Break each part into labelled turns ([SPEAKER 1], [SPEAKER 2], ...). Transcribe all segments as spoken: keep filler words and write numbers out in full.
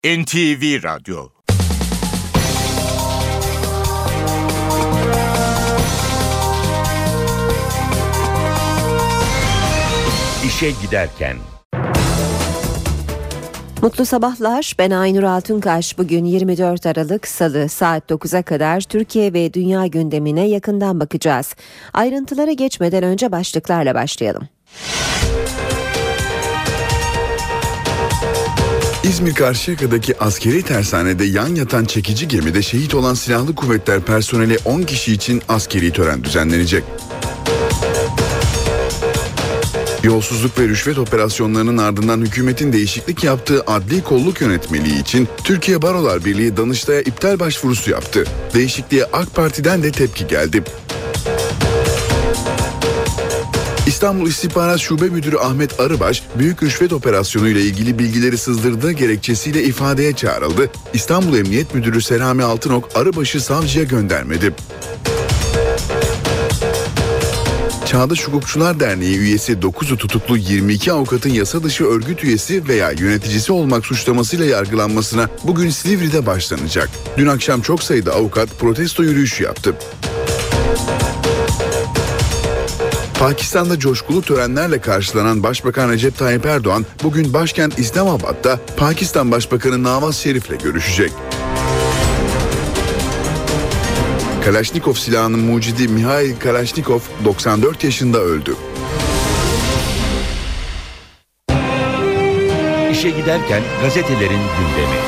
[SPEAKER 1] N T V Radyo. İşe giderken.
[SPEAKER 2] Mutlu sabahlar. Ben Aynur Altunkaş. Bugün yirmi dört Aralık Salı saat dokuza kadar Türkiye ve dünya gündemine yakından bakacağız. Ayrıntılara geçmeden önce başlıklarla başlayalım.
[SPEAKER 3] İzmir Karşıyaka'daki askeri tersanede yan yatan çekici gemide şehit olan silahlı kuvvetler personeli on kişi için askeri tören düzenlenecek. Yolsuzluk ve rüşvet operasyonlarının ardından hükümetin değişiklik yaptığı adli kolluk yönetmeliği için Türkiye Barolar Birliği Danıştay'a iptal başvurusu yaptı. Değişikliğe AK Parti'den de tepki geldi. İstanbul İstihbarat Şube Müdürü Ahmet Arıbaş, büyük rüşvet operasyonu ile ilgili bilgileri sızdırdığı gerekçesiyle ifadeye çağrıldı. İstanbul Emniyet Müdürü Selami Altınok, Arıbaş'ı savcıya göndermedi. Çağdaş Hukukçular Derneği üyesi dokuzu tutuklu yirmi iki avukatın yasa dışı örgüt üyesi veya yöneticisi olmak suçlamasıyla yargılanmasına bugün Silivri'de başlanacak. Dün akşam çok sayıda avukat protesto yürüyüşü yaptı. Pakistan'da coşkulu törenlerle karşılanan Başbakan Recep Tayyip Erdoğan bugün başkent İslamabad'da Pakistan Başbakanı Nawaz Şerif'le görüşecek. Kalaşnikov silahının mucidi Mihail Kalaşnikov doksan dört yaşında öldü.
[SPEAKER 1] İşe giderken gazetelerin gündemi.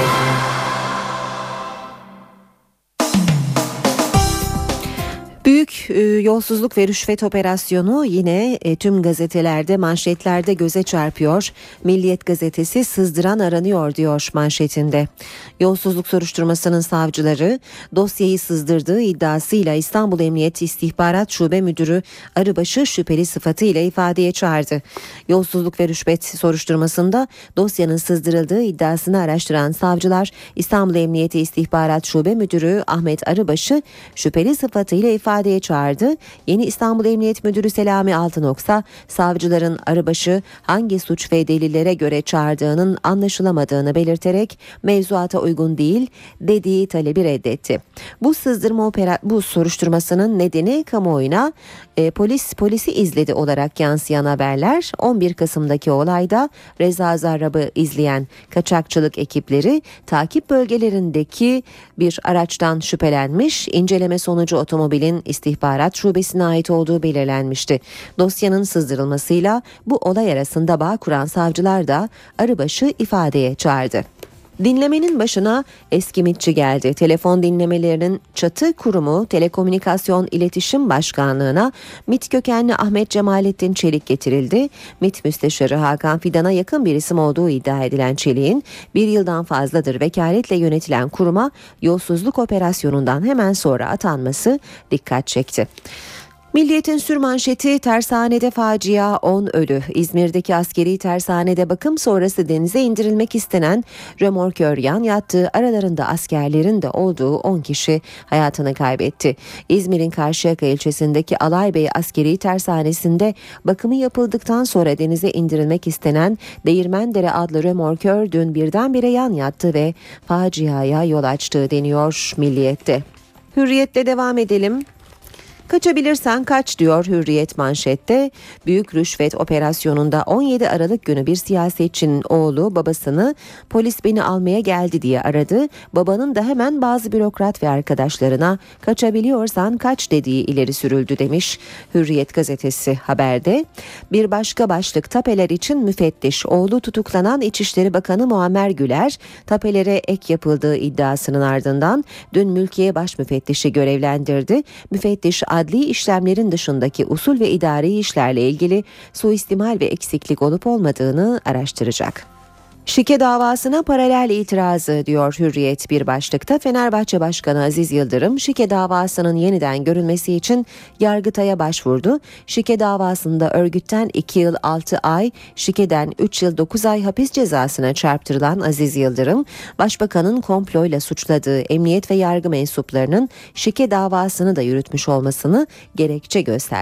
[SPEAKER 2] Büyük e, yolsuzluk ve rüşvet operasyonu yine e, tüm gazetelerde, manşetlerde göze çarpıyor. Milliyet gazetesi sızdıran aranıyor diyor manşetinde. Yolsuzluk soruşturmasının savcıları dosyayı sızdırdığı iddiasıyla İstanbul Emniyet İstihbarat Şube Müdürü Arıbaş'ı şüpheli sıfatıyla ifadeye çağırdı. Yolsuzluk ve rüşvet soruşturmasında dosyanın sızdırıldığı iddiasını araştıran savcılar İstanbul Emniyeti İstihbarat Şube Müdürü Ahmet Arıbaş'ı şüpheli sıfatıyla ifadeye ifadeye çağırdı. Yeni İstanbul Emniyet Müdürü Selami Altınoksa savcıların Arıbaş'ı hangi suç ve delillere göre çağırdığının anlaşılamadığını belirterek mevzuata uygun değil dediği talebi reddetti. Bu sızdırma opera bu soruşturmasının nedeni kamuoyuna e, polis polisi izledi olarak yansıyan haberler. on bir Kasım'daki olayda Reza Zarrab'ı izleyen kaçakçılık ekipleri takip bölgelerindeki bir araçtan şüphelenmiş. İnceleme sonucu otomobilin İstihbarat Şubesi'ne ait olduğu belirlenmişti. Dosyanın sızdırılmasıyla bu olay arasında bağ kuran savcılar da Arıbaş'ı ifadeye çağırdı. Dinlemenin başına eski MİT'çi geldi. Telefon dinlemelerinin çatı kurumu Telekomünikasyon İletişim Başkanlığı'na MİT kökenli Ahmet Cemalettin Çelik getirildi. MİT Müsteşarı Hakan Fidan'a yakın bir isim olduğu iddia edilen Çelik'in bir yıldan fazladır vekaletle yönetilen kuruma yolsuzluk operasyonundan hemen sonra atanması dikkat çekti. Milliyet'in sürmanşeti tersanede facia on ölü. İzmir'deki askeri tersanede bakım sonrası denize indirilmek istenen römorkör yan yattığı, aralarında askerlerin de olduğu on kişi hayatını kaybetti. İzmir'in Karşıyaka ilçesindeki Alaybey askeri tersanesinde bakımı yapıldıktan sonra denize indirilmek istenen Değirmendere adlı römorkör dün birdenbire yan yattı ve faciaya yol açtığı deniyor Milliyet'te. Hürriyet'le devam edelim. Kaçabilirsen kaç diyor Hürriyet manşette. Büyük rüşvet operasyonunda on yedi Aralık günü bir siyasetçinin oğlu babasını polis beni almaya geldi diye aradı. Babanın da hemen bazı bürokrat ve arkadaşlarına kaçabiliyorsan kaç dediği ileri sürüldü demiş Hürriyet gazetesi haberde. Bir başka başlık tapeler için müfettiş. Oğlu tutuklanan İçişleri Bakanı Muammer Güler tapelere ek yapıldığı iddiasının ardından dün Mülkiye Baş Müfettişi görevlendirdi. Müfettiş adli işlemlerin dışındaki usul ve idari işlerle ilgili suistimal ve eksiklik olup olmadığını araştıracak. Şike davasına paralel itirazı diyor Hürriyet bir başlıkta. Fenerbahçe Başkanı Aziz Yıldırım şike davasının yeniden görülmesi için Yargıtay'a başvurdu. Şike davasında örgütten iki yıl altı ay, şikeden üç yıl dokuz ay hapis cezasına çarptırılan Aziz Yıldırım, Başbakanın komployla suçladığı emniyet ve yargı mensuplarının şike davasını da yürütmüş olmasını gerekçe gösterdi.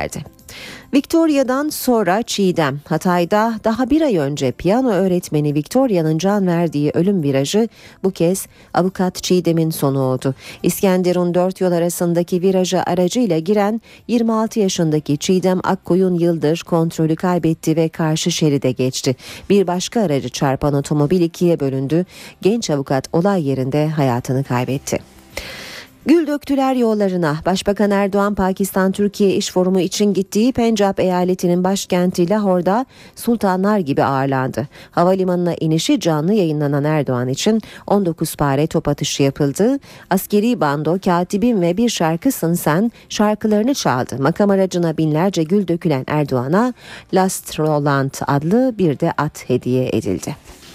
[SPEAKER 2] Victoria'dan sonra Çiğdem. Hatay'da daha bir ay önce piyano öğretmeni Victoria'nın can verdiği ölüm virajı bu kez avukat Çiğdem'in sonu oldu. İskenderun dört yol arasındaki viraja aracıyla giren yirmi altı yaşındaki Çiğdem Akkoyun Yıldır kontrolü kaybetti ve karşı şeride geçti. Bir başka aracı çarpan otomobil ikiye bölündü. Genç avukat olay yerinde hayatını kaybetti. Gül döktüler yollarına. Başbakan Erdoğan, Pakistan-Türkiye İş Forumu için gittiği Pencap eyaletinin başkenti Lahor'da sultanlar gibi ağırlandı. Havalimanına inişi canlı yayınlanan Erdoğan için on dokuz pare top atışı yapıldı. Askeri bando, Katibim ve Bir Şarkısın Sen şarkılarını çaldı. Makam aracına binlerce gül dökülen Erdoğan'a Last Roland adlı bir de at hediye edildi.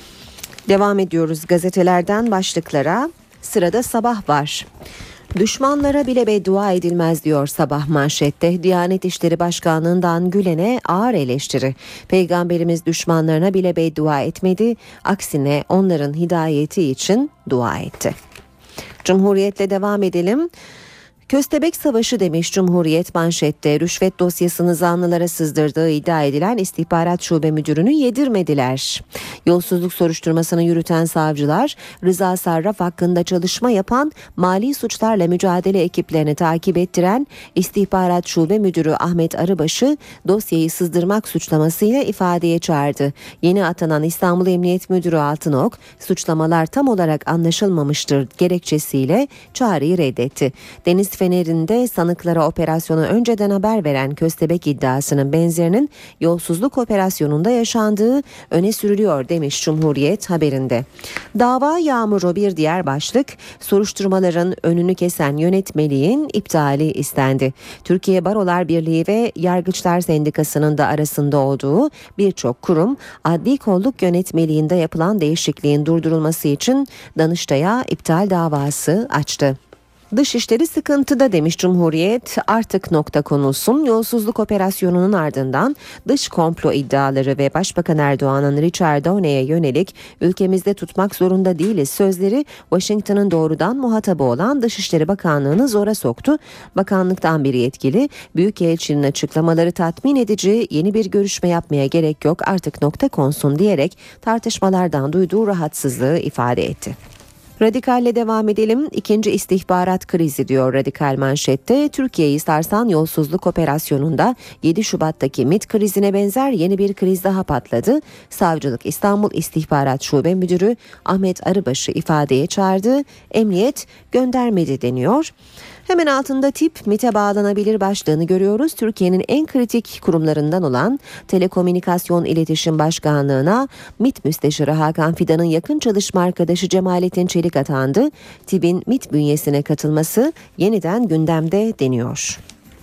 [SPEAKER 2] Devam ediyoruz gazetelerden başlıklara. Sırada Sabah var. Düşmanlara bile beddua edilmez diyor Sabah manşette. Diyanet İşleri Başkanlığı'ndan Gülen'e ağır eleştiri. Peygamberimiz düşmanlarına bile beddua etmedi. Aksine onların hidayeti için dua etti. Cumhuriyet'le devam edelim. Köstebek Savaşı demiş Cumhuriyet manşette. Rüşvet dosyasını zanlılara sızdırdığı iddia edilen istihbarat şube müdürünü yedirmediler. Yolsuzluk soruşturmasını yürüten savcılar Rıza Sarraf hakkında çalışma yapan mali suçlarla mücadele ekiplerini takip ettiren istihbarat şube müdürü Ahmet Arıbaş'ı dosyayı sızdırmak suçlamasıyla ifadeye çağırdı. Yeni atanan İstanbul Emniyet Müdürü Altınok suçlamalar tam olarak anlaşılmamıştır gerekçesiyle çağrıyı reddetti. Deniz Fener'inde sanıklara operasyonu önceden haber veren köstebek iddiasının benzerinin yolsuzluk operasyonunda yaşandığı öne sürülüyor demiş Cumhuriyet haberinde. Dava yağmuru bir diğer başlık, soruşturmaların önünü kesen yönetmeliğin iptali istendi. Türkiye Barolar Birliği ve Yargıçlar Sendikası'nın da arasında olduğu birçok kurum adli kolluk yönetmeliğinde yapılan değişikliğin durdurulması için Danıştay'a iptal davası açtı. Dışişleri sıkıntıda demiş Cumhuriyet, artık nokta konulsun. Yolsuzluk operasyonunun ardından dış komplo iddiaları ve Başbakan Erdoğan'ın Richard Downey'e yönelik ülkemizde tutmak zorunda değiliz sözleri Washington'ın doğrudan muhatabı olan Dışişleri Bakanlığı'nı zora soktu. Bakanlıktan bir yetkili, Büyükelçinin açıklamaları tatmin edici, yeni bir görüşme yapmaya gerek yok, artık nokta konsun diyerek tartışmalardan duyduğu rahatsızlığı ifade etti. Radikal'le devam edelim. İkinci istihbarat krizi diyor Radikal manşette. Türkiye'yi sarsan yolsuzluk operasyonunda yedi Şubat'taki MİT krizine benzer yeni bir kriz daha patladı. Savcılık İstanbul İstihbarat Şube Müdürü Ahmet Arıbaş'ı ifadeye çağırdı. Emniyet göndermedi deniyor. Hemen altında tip MİT'e bağlanabilir başlığını görüyoruz. Türkiye'nin en kritik kurumlarından olan Telekomünikasyon İletişim Başkanlığı'na MİT Müsteşarı Hakan Fidan'ın yakın çalışma arkadaşı Cemalettin Çelik atandı. TİB'in MİT bünyesine katılması yeniden gündemde deniyor.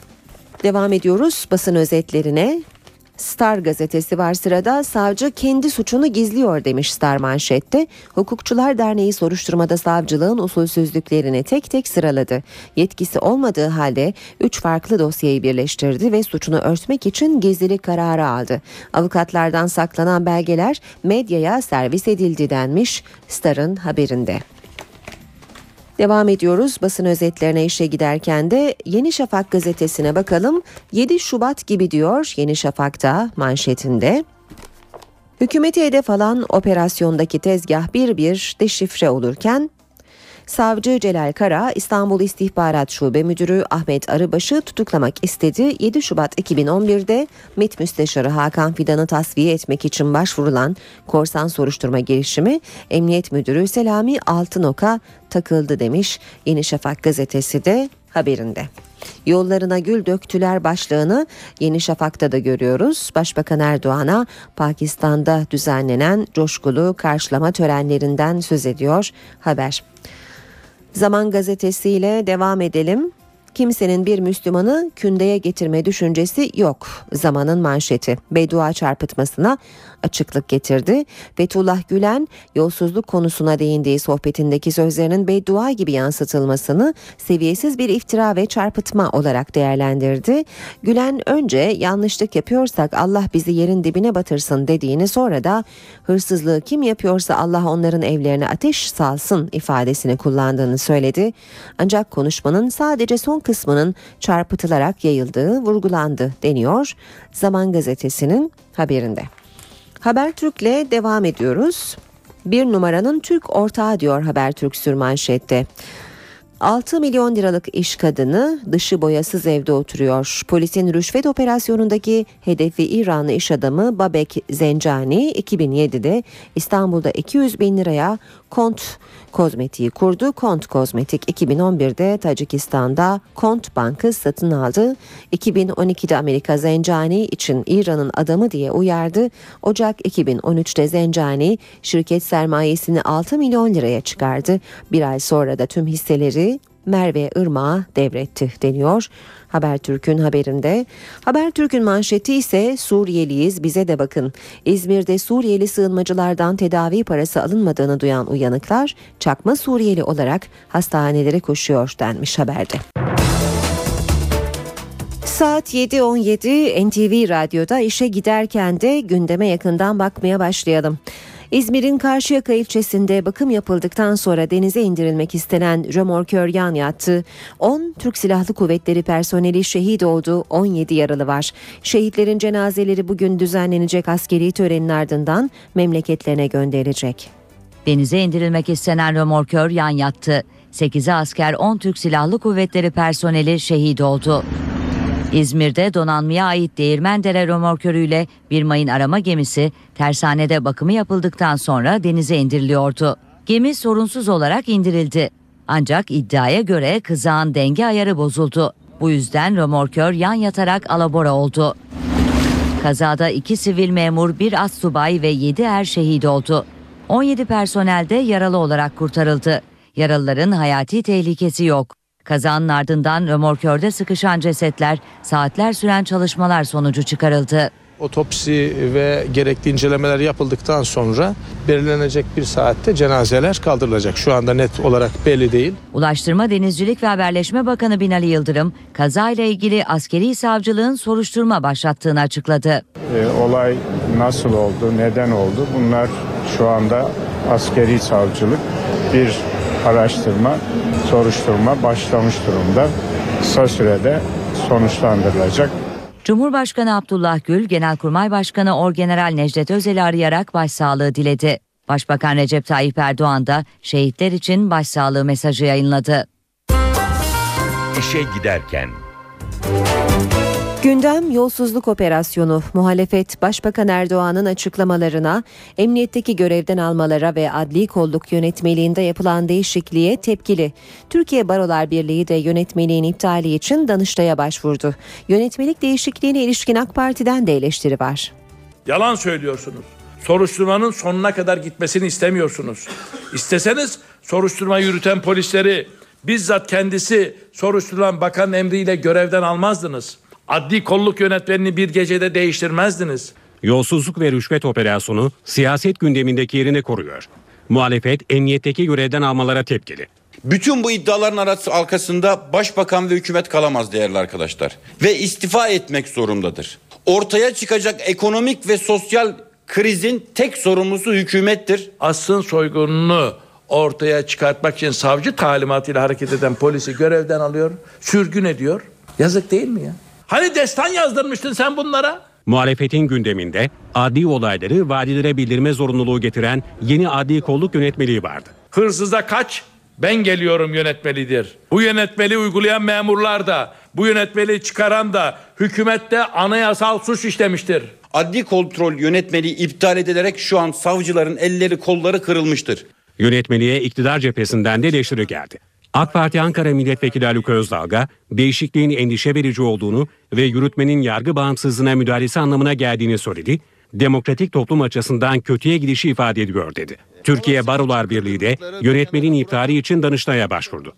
[SPEAKER 2] Devam ediyoruz basın özetlerine. Star gazetesi var sırada. Savcı kendi suçunu gizliyor demiş Star manşette. Hukukçular Derneği soruşturmada savcılığın usulsüzlüklerini tek tek sıraladı. Yetkisi olmadığı halde üç farklı dosyayı birleştirdi ve suçunu örtmek için gizlilik kararı aldı. Avukatlardan saklanan belgeler medyaya servis edildi denmiş Star'ın haberinde. Devam ediyoruz basın özetlerine işe giderken de Yeni Şafak gazetesine bakalım. yedi Şubat gibi diyor Yeni Şafak'ta manşetinde. Hükümeti hedef alan operasyondaki tezgah bir bir deşifre olurken Savcı Celal Kara, İstanbul İstihbarat Şube Müdürü Ahmet Arıbaş'ı tutuklamak istedi. yedi Şubat iki bin on birde MİT Müsteşarı Hakan Fidan'ı tasfiye etmek için başvurulan korsan soruşturma girişimi Emniyet Müdürü Selami Altınok'a takıldı demiş Yeni Şafak gazetesi de haberinde. Yollarına gül döktüler başlığını Yeni Şafak'ta da görüyoruz. Başbakan Erdoğan'a Pakistan'da düzenlenen coşkulu karşılama törenlerinden söz ediyor haber. Zaman gazetesiyle devam edelim. Kimsenin bir Müslümanı kündeye getirme düşüncesi yok. Zamanın manşeti beddua çarpıtmasına açıklık getirdi. Fethullah Gülen yolsuzluk konusuna değindiği sohbetindeki sözlerinin beddua gibi yansıtılmasını seviyesiz bir iftira ve çarpıtma olarak değerlendirdi. Gülen önce yanlışlık yapıyorsak Allah bizi yerin dibine batırsın dediğini, sonra da hırsızlığı kim yapıyorsa Allah onların evlerine ateş salsın ifadesini kullandığını söyledi. Ancak konuşmanın sadece son kısmının çarpıtılarak yayıldığı vurgulandı deniyor Zaman Gazetesi'nin haberinde. Habertürk'le devam ediyoruz. Bir numaranın Türk ortağı diyor Habertürk sürmanşette. altı milyon liralık iş kadını dışı boyasız evde oturuyor. Polisin rüşvet operasyonundaki hedefi İranlı iş adamı Babek Zencani iki bin yedide İstanbul'da iki yüz bin liraya Kont Kozmetik'i kurdu. Kont Kozmetik iki bin on birde Tacikistan'da Kont Bank'ı satın aldı. iki bin on ikide Amerika Zencani için İran'ın adamı diye uyardı. Ocak iki bin on üçte Zencani şirket sermayesini altı milyon liraya çıkardı. Bir ay sonra da tüm hisseleri Merve Irmak'a devretti deniyor Habertürk'ün haberinde. Habertürk'ün manşeti ise Suriyeliyiz bize de bakın. İzmir'de Suriyeli sığınmacılardan tedavi parası alınmadığını duyan uyanıklar çakma Suriyeli olarak hastanelere koşuyor denmiş haberde. Saat yedi on yedi N T V Radyo'da işe giderken de gündeme yakından bakmaya başlayalım. İzmir'in Karşıyaka ilçesinde bakım yapıldıktan sonra denize indirilmek istenen römorkör yan yattı. on Türk Silahlı Kuvvetleri personeli şehit oldu, on yedi yaralı var. Şehitlerin cenazeleri bugün düzenlenecek askeri törenin ardından memleketlerine gönderilecek.
[SPEAKER 4] Denize indirilmek istenen römorkör yan yattı. sekizi asker, on Türk Silahlı Kuvvetleri personeli şehit oldu. İzmir'de donanmaya ait Değirmendere römorkörüyle bir mayın arama gemisi tersanede bakımı yapıldıktan sonra denize indiriliyordu. Gemi sorunsuz olarak indirildi. Ancak iddiaya göre kızağın denge ayarı bozuldu. Bu yüzden römorkör yan yatarak alabora oldu. Kazada iki sivil memur, bir astsubay ve yedi er şehit oldu. on yedi personel de yaralı olarak kurtarıldı. Yaralıların hayati tehlikesi yok. Kazanın ardından römorkörde sıkışan cesetler saatler süren çalışmalar sonucu çıkarıldı.
[SPEAKER 5] Otopsi ve gerekli incelemeler yapıldıktan sonra belirlenecek bir saatte cenazeler kaldırılacak. Şu anda net olarak belli değil.
[SPEAKER 4] Ulaştırma, Denizcilik ve Haberleşme Bakanı Binali Yıldırım kazayla ilgili askeri savcılığın soruşturma başlattığını açıkladı.
[SPEAKER 6] E, olay nasıl oldu, neden oldu? Bunlar şu anda askeri savcılık bir araştırma, soruşturma başlamış durumda. Kısa sürede sonuçlandırılacak.
[SPEAKER 4] Cumhurbaşkanı Abdullah Gül, Genelkurmay Başkanı Orgeneral Necdet Özel'i arayarak başsağlığı diledi. Başbakan Recep Tayyip Erdoğan da şehitler için başsağlığı mesajı yayınladı.
[SPEAKER 1] İşe giderken.
[SPEAKER 2] Gündem yolsuzluk operasyonu. Muhalefet Başbakan Erdoğan'ın açıklamalarına, emniyetteki görevden almalara ve adli kolluk yönetmeliğinde yapılan değişikliğe tepkili. Türkiye Barolar Birliği de yönetmeliğin iptali için Danıştay'a başvurdu. Yönetmelik değişikliğine ilişkin AK Parti'den de eleştiri var.
[SPEAKER 7] Yalan söylüyorsunuz. Soruşturmanın sonuna kadar gitmesini istemiyorsunuz. İsteseniz soruşturma yürüten polisleri bizzat kendisi soruşturulan bakanın emriyle görevden almazdınız. Adli kolluk yönetmenini bir gecede değiştirmezdiniz.
[SPEAKER 8] Yolsuzluk ve rüşvet operasyonu siyaset gündemindeki yerini koruyor. Muhalefet emniyetteki görevden almalara tepkili.
[SPEAKER 9] Bütün bu iddiaların arası arkasında başbakan ve hükümet kalamaz değerli arkadaşlar. Ve istifa etmek zorundadır. Ortaya çıkacak ekonomik ve sosyal krizin tek sorumlusu hükümettir.
[SPEAKER 7] Asrın soygununu ortaya çıkartmak için savcı talimatıyla hareket eden polisi görevden alıyor, sürgün ediyor. Yazık değil mi ya? Hani destan yazdırmıştın sen bunlara?
[SPEAKER 8] Muhalefetin gündeminde adli olayları valilere bildirme zorunluluğu getiren yeni adli kolluk yönetmeliği vardı.
[SPEAKER 7] Hırsıza kaç, ben geliyorum yönetmelidir. Bu yönetmeliği uygulayan memurlar da, bu yönetmeliği çıkaran da, hükümet de anayasal suç işlemiştir.
[SPEAKER 9] Adli kontrol yönetmeliği iptal edilerek şu an savcıların elleri kolları kırılmıştır.
[SPEAKER 8] Yönetmeliğe iktidar cephesinden de eleştiri geldi. AK Parti Ankara Milletvekili Haluk Özdağ, değişikliğin endişe verici olduğunu ve yürütmenin yargı bağımsızlığına müdahalesi anlamına geldiğini söyledi. Demokratik toplum açısından kötüye gidişi ifade ediyor dedi. Türkiye Barolar Birliği de yönetmenin iptali için Danıştay'a başvurdu.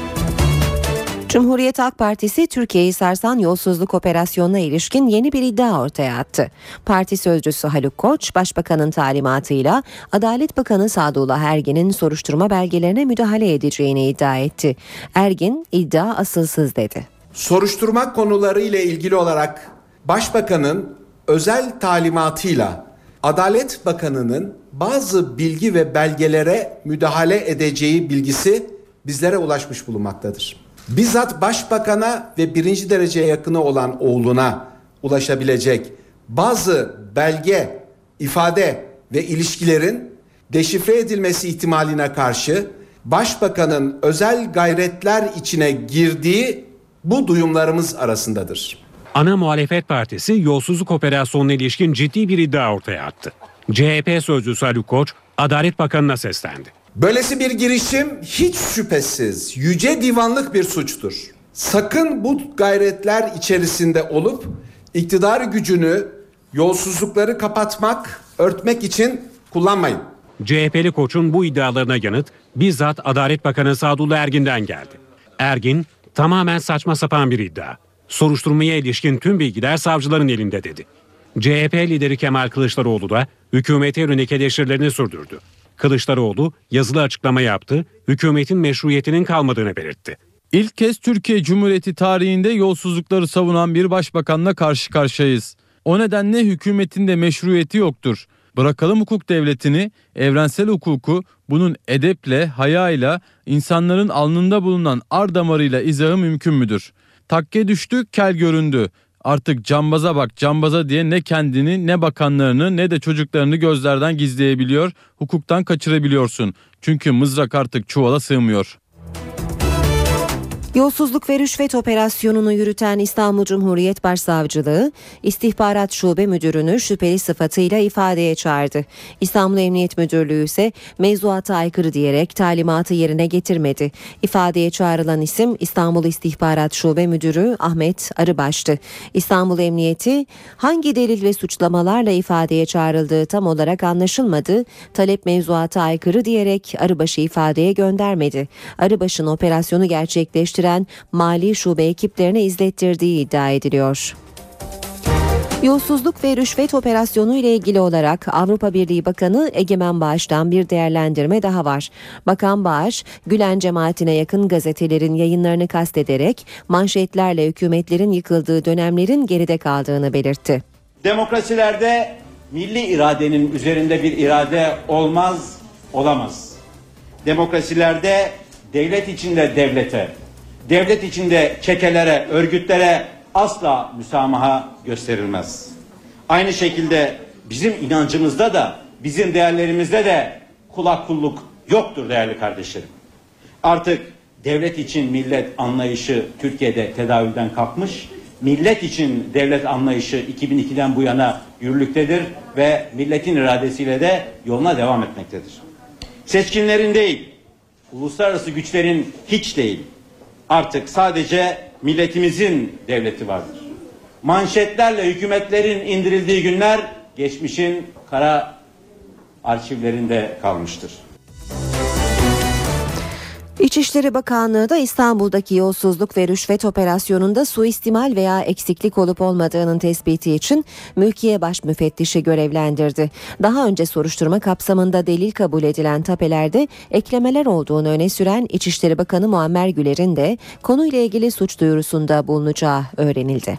[SPEAKER 2] Cumhuriyet Halk Partisi Türkiye'yi sarsan yolsuzluk operasyonuna ilişkin yeni bir iddia ortaya attı. Parti sözcüsü Haluk Koç, Başbakanın talimatıyla Adalet Bakanı Sadullah Ergin'in soruşturma belgelerine müdahale edeceğini iddia etti. Ergin, iddia asılsız dedi.
[SPEAKER 10] Soruşturma konuları ile ilgili olarak Başbakanın özel talimatıyla Adalet Bakanı'nın bazı bilgi ve belgelere müdahale edeceği bilgisi bizlere ulaşmış bulunmaktadır. bizzat başbakana ve birinci dereceye yakını olan oğluna ulaşabilecek bazı belge, ifade ve ilişkilerin deşifre edilmesi ihtimaline karşı başbakanın özel gayretler içine girdiği bu duyumlarımız arasındadır.
[SPEAKER 8] Ana muhalefet partisi yolsuzluk operasyonuna ilişkin ciddi bir iddia ortaya attı. C H P sözcüsü Haluk Koç, Adalet Bakanı'na seslendi.
[SPEAKER 10] Böylesi bir girişim hiç şüphesiz yüce divanlık bir suçtur. Sakın bu gayretler içerisinde olup iktidar gücünü yolsuzlukları kapatmak, örtmek için kullanmayın.
[SPEAKER 8] C H P'li Koç'un bu iddialarına yanıt bizzat Adalet Bakanı Sadullah Ergin'den geldi. Ergin, tamamen saçma sapan bir iddia. Soruşturmaya ilişkin tüm bilgiler savcıların elinde dedi. C H P lideri Kemal Kılıçdaroğlu da hükümete yönelik eleştirilerini sürdürdü. Kılıçdaroğlu yazılı açıklama yaptı, hükümetin meşruiyetinin kalmadığını belirtti.
[SPEAKER 11] İlk kez Türkiye Cumhuriyeti tarihinde yolsuzlukları savunan bir başbakanla karşı karşıyayız. O nedenle hükümetin de meşruiyeti yoktur. Bırakalım hukuk devletini, evrensel hukuku bunun edeple, hayayla, insanların alnında bulunan ar damarıyla izahı mümkün müdür? Takke düştü, kel göründü. Artık cambaza bak cambaza diye ne kendini ne bakanlarını ne de çocuklarını gözlerden gizleyebiliyor, hukuktan kaçırabiliyorsun. Çünkü mızrak artık çuvala sığmıyor.
[SPEAKER 2] Yolsuzluk ve rüşvet operasyonunu yürüten İstanbul Cumhuriyet Başsavcılığı, İstihbarat Şube Müdürünü şüpheli sıfatıyla ifadeye çağırdı. İstanbul Emniyet Müdürlüğü ise mevzuata aykırı diyerek talimatı yerine getirmedi. İfadeye çağrılan isim İstanbul İstihbarat Şube Müdürü Ahmet Arıbaş'tı. İstanbul Emniyeti hangi delil ve suçlamalarla ifadeye çağrıldığı tam olarak anlaşılmadı. Talep mevzuata aykırı diyerek Arıbaş'ı ifadeye göndermedi. Arıbaş'ın operasyonu gerçekleştirdiği mali şube ekiplerine izlettirdiği iddia ediliyor. Yolsuzluk ve rüşvet operasyonu ile ilgili olarak Avrupa Birliği Bakanı Egemen Bağış'tan bir değerlendirme daha var. Bakan Bağış, Gülen cemaatine yakın gazetelerin yayınlarını kastederek manşetlerle hükümetlerin yıkıldığı dönemlerin geride kaldığını belirtti.
[SPEAKER 12] Demokrasilerde milli iradenin üzerinde bir irade olmaz, olamaz. Demokrasilerde devlet içinde devlete, devlet içinde çetelere, örgütlere asla müsamaha gösterilmez. Aynı şekilde bizim inancımızda da, bizim değerlerimizde de kulak kulluk yoktur değerli kardeşlerim. Artık devlet için millet anlayışı Türkiye'de tedavülden kalkmış, millet için devlet anlayışı iki bin ikiden bu yana yürürlüktedir ve milletin iradesiyle de yoluna devam etmektedir. Seçkinlerin değil, uluslararası güçlerin hiç değil, artık sadece milletimizin devleti vardır. Manşetlerle hükümetlerin indirildiği günler geçmişin kara arşivlerinde kalmıştır.
[SPEAKER 2] İçişleri Bakanlığı da İstanbul'daki yolsuzluk ve rüşvet operasyonunda suistimal veya eksiklik olup olmadığının tespiti için Mülkiye Baş Müfettişi görevlendirdi. Daha önce soruşturma kapsamında delil kabul edilen tapelerde eklemeler olduğunu öne süren İçişleri Bakanı Muammer Güler'in de konuyla ilgili suç duyurusunda bulunacağı öğrenildi.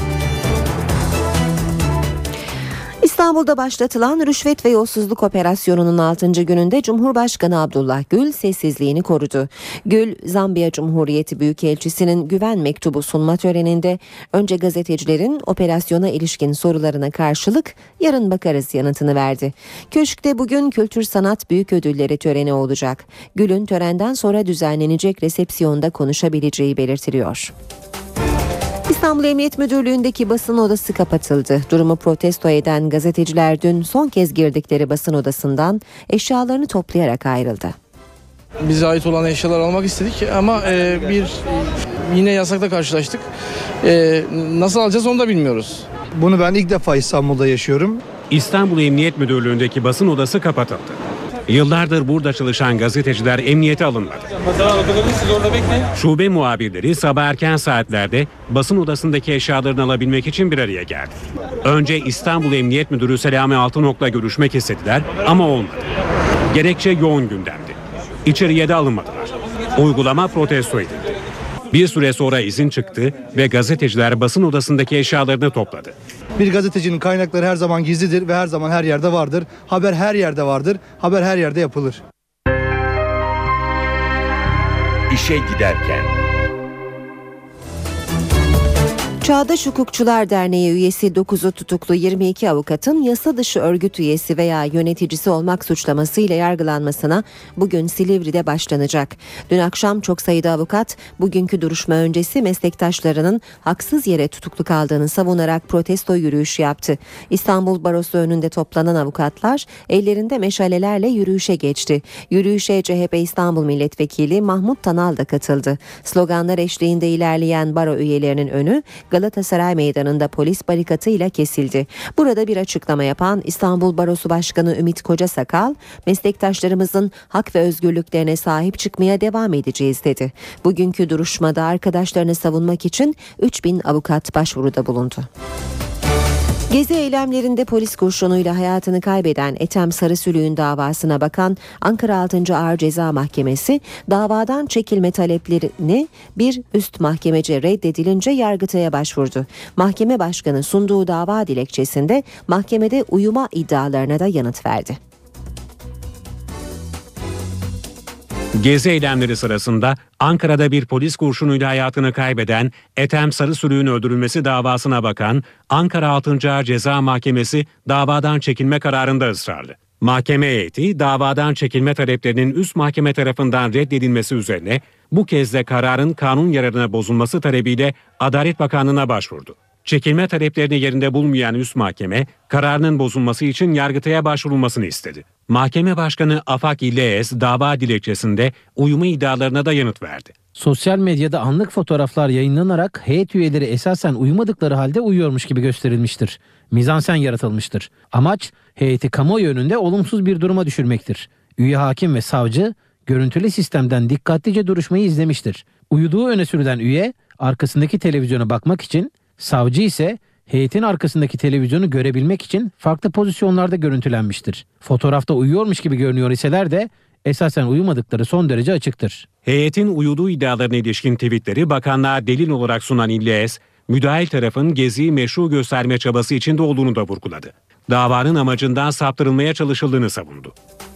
[SPEAKER 2] İstanbul'da başlatılan rüşvet ve yolsuzluk operasyonunun altıncı gününde Cumhurbaşkanı Abdullah Gül sessizliğini korudu. Gül, Zambiya Cumhuriyeti Büyükelçisi'nin güven mektubu sunma töreninde önce gazetecilerin operasyona ilişkin sorularına karşılık yarın bakarız yanıtını verdi. Köşk'te bugün Kültür Sanat Büyük Ödülleri töreni olacak. Gül'ün törenden sonra düzenlenecek resepsiyonda konuşabileceği belirtiliyor. İstanbul Emniyet Müdürlüğü'ndeki basın odası kapatıldı. Durumu protesto eden gazeteciler dün son kez girdikleri basın odasından eşyalarını toplayarak ayrıldı.
[SPEAKER 13] Bize ait olan eşyalar almak istedik ama e, bir yine yasakla karşılaştık. E, nasıl alacağız onu da bilmiyoruz.
[SPEAKER 14] Bunu ben ilk defa İstanbul'da yaşıyorum.
[SPEAKER 8] İstanbul Emniyet Müdürlüğü'ndeki basın odası kapatıldı. Yıllardır burada çalışan gazeteciler emniyete alınmadı. Şube muhabirleri sabah erken saatlerde basın odasındaki eşyalarını alabilmek için bir araya geldi. Önce İstanbul Emniyet Müdürü Selami Altınok'la görüşmek istediler ama olmadı. Gerekçe yoğun gündemdi. İçeriye de alınmadılar. Uygulama protesto edildi. Bir süre sonra izin çıktı ve gazeteciler basın odasındaki eşyalarını topladı.
[SPEAKER 14] Bir gazetecinin kaynakları her zaman gizlidir ve her zaman her yerde vardır. Haber her yerde vardır. Haber her yerde yapılır.
[SPEAKER 1] İşe giderken.
[SPEAKER 2] Çağdaş Hukukçular Derneği üyesi dokuzu tutuklu yirmi iki avukatın yasa dışı örgüt üyesi veya yöneticisi olmak suçlamasıyla yargılanmasına bugün Silivri'de başlanacak. Dün akşam çok sayıda avukat bugünkü duruşma öncesi meslektaşlarının haksız yere tutuklu kaldığını savunarak protesto yürüyüşü yaptı. İstanbul Barosu önünde toplanan avukatlar ellerinde meşalelerle yürüyüşe geçti. Yürüyüşe C H P İstanbul Milletvekili Mahmut Tanal da katıldı. Sloganlar eşliğinde ilerleyen baro üyelerinin önü Galatasaray Meydanı'nda polis barikatıyla kesildi. Burada bir açıklama yapan İstanbul Barosu Başkanı Ümit Kocasakal, meslektaşlarımızın hak ve özgürlüklerine sahip çıkmaya devam edeceğiz dedi. Bugünkü duruşmada arkadaşlarını savunmak için üç bin avukat başvuruda bulundu. Gezi eylemlerinde polis kurşunuyla hayatını kaybeden Ethem Sarısülük'ün davasına bakan Ankara altıncı Ağır Ceza Mahkemesi davadan çekilme taleplerini bir üst mahkemece reddedilince Yargıtay'a başvurdu. Mahkeme başkanı sunduğu dava dilekçesinde mahkemede uyuma iddialarına da yanıt verdi.
[SPEAKER 8] Gezi eylemleri sırasında Ankara'da bir polis kurşunuyla hayatını kaybeden Ethem Sarısülük'ün öldürülmesi davasına bakan Ankara altıncı Ağır Ceza Mahkemesi davadan çekilme kararında ısrarlı. Mahkeme heyeti davadan çekilme taleplerinin üst mahkeme tarafından reddedilmesi üzerine bu kez de kararın kanun yararına bozulması talebiyle Adalet Bakanlığı'na başvurdu. Çekilme taleplerini yerinde bulmayan üst mahkeme kararının bozulması için Yargıtay'a başvurulmasını istedi. Mahkeme Başkanı Afak İlleez dava dilekçesinde uyuma iddialarına da yanıt verdi.
[SPEAKER 15] Sosyal medyada anlık fotoğraflar yayınlanarak heyet üyeleri esasen uyumadıkları halde uyuyormuş gibi gösterilmiştir. Mizansen yaratılmıştır. Amaç heyeti kamuoyu önünde olumsuz bir duruma düşürmektir. Üye hakim ve savcı görüntülü sistemden dikkatlice duruşmayı izlemiştir. Uyuduğu öne sürülen üye arkasındaki televizyona bakmak için, savcı ise heyetin arkasındaki televizyonu görebilmek için farklı pozisyonlarda görüntülenmiştir. Fotoğrafta uyuyormuş gibi görünüyor iseler de esasen uyumadıkları son derece açıktır.
[SPEAKER 8] Heyetin uyuduğu iddialarına ilişkin tweetleri bakanlığa delil olarak sunan İlleez, müdahil tarafın Gezi'yi meşru gösterme çabası içinde olduğunu da vurguladı. Davanın amacından saptırılmaya çalışıldığını savundu.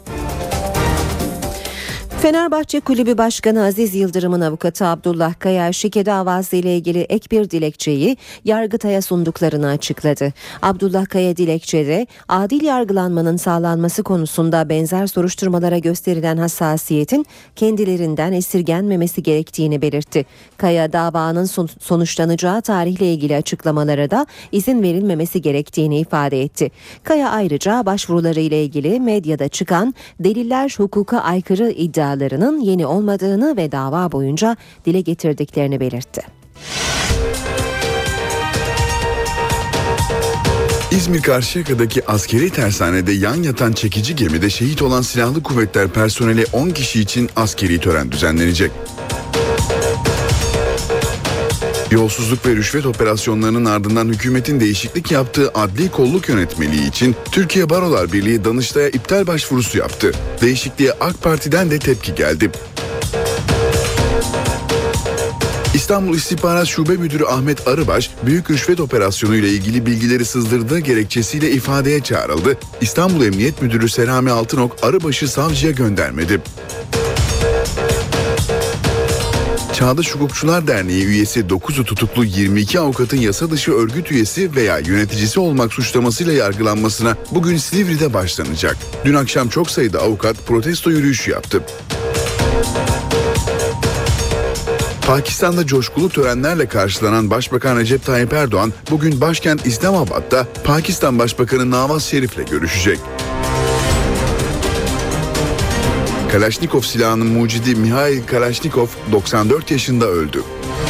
[SPEAKER 2] Fenerbahçe Kulübü Başkanı Aziz Yıldırım'ın avukatı Abdullah Kaya, şike davası ile ilgili ek bir dilekçeyi Yargıtay'a sunduklarını açıkladı. Abdullah Kaya dilekçede adil yargılanmanın sağlanması konusunda benzer soruşturmalara gösterilen hassasiyetin kendilerinden esirgenmemesi gerektiğini belirtti. Kaya, davanın sonuçlanacağı tarihle ilgili açıklamalara da izin verilmemesi gerektiğini ifade etti. Kaya ayrıca başvuruları ile ilgili medyada çıkan deliller hukuka aykırı iddia yeni olmadığını ve dava boyunca dile getirdiklerini belirtti.
[SPEAKER 3] İzmir Karşıyaka'daki askeri tersanede yan yatan çekici gemide şehit olan silahlı kuvvetler personeli on kişi için askeri tören düzenlenecek. Yolsuzluk ve rüşvet operasyonlarının ardından hükümetin değişiklik yaptığı adli kolluk yönetmeliği için Türkiye Barolar Birliği Danıştay'a iptal başvurusu yaptı. Değişikliğe AK Parti'den de tepki geldi. İstanbul İstihbarat Şube Müdürü Ahmet Arıbaş, büyük rüşvet operasyonu ile ilgili bilgileri sızdırdığı gerekçesiyle ifadeye çağrıldı. İstanbul Emniyet Müdürü Selami Altınok, Arıbaş'ı savcıya göndermedi. Çağdaş Hukukçular Derneği üyesi dokuzu tutuklu yirmi iki avukatın yasa dışı örgüt üyesi veya yöneticisi olmak suçlamasıyla yargılanmasına bugün Silivri'de başlanacak. Dün akşam çok sayıda avukat protesto yürüyüşü yaptı. Pakistan'da coşkulu törenlerle karşılanan Başbakan Recep Tayyip Erdoğan bugün başkent İslamabad'da Pakistan Başbakanı Nawaz Şerif'le görüşecek. Kalaşnikov silahının mucidi Mihail Kalaşnikov doksan dört yaşında öldü.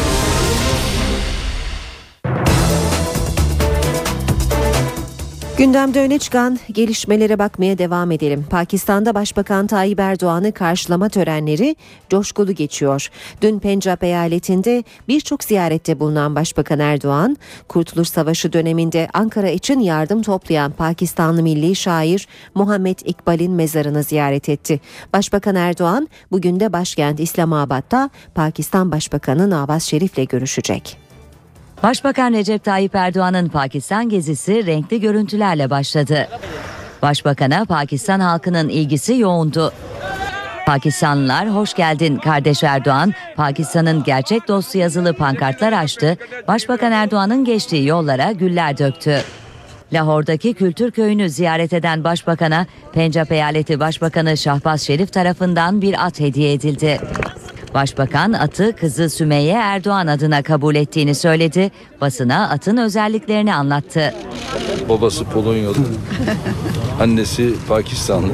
[SPEAKER 2] Gündemde öne çıkan gelişmelere bakmaya devam edelim. Pakistan'da Başbakan Tayyip Erdoğan'ı karşılama törenleri coşkulu geçiyor. Dün Pencap eyaletinde birçok ziyarette bulunan Başbakan Erdoğan, Kurtuluş Savaşı döneminde Ankara için yardım toplayan Pakistanlı milli şair Muhammed İkbal'in mezarını ziyaret etti. Başbakan Erdoğan bugün de başkent İslamabad'da Pakistan Başbakanı Nawaz Şerif'le görüşecek.
[SPEAKER 4] Başbakan Recep Tayyip Erdoğan'ın Pakistan gezisi renkli görüntülerle başladı. Başbakan'a Pakistan halkının ilgisi yoğundu. Pakistanlılar hoş geldin kardeş Erdoğan, Pakistan'ın gerçek dostu yazılı pankartlar açtı, Başbakan Erdoğan'ın geçtiği yollara güller döktü. Lahor'daki Kültür Köyü'nü ziyaret eden Başbakan'a Pencap Eyaleti Başbakanı Şahbaz Şerif tarafından bir at hediye edildi. Başbakan atı kızı Sümeyye Erdoğan adına kabul ettiğini söyledi, basına atın özelliklerini anlattı.
[SPEAKER 16] Babası Polonyalı, annesi Pakistanlı.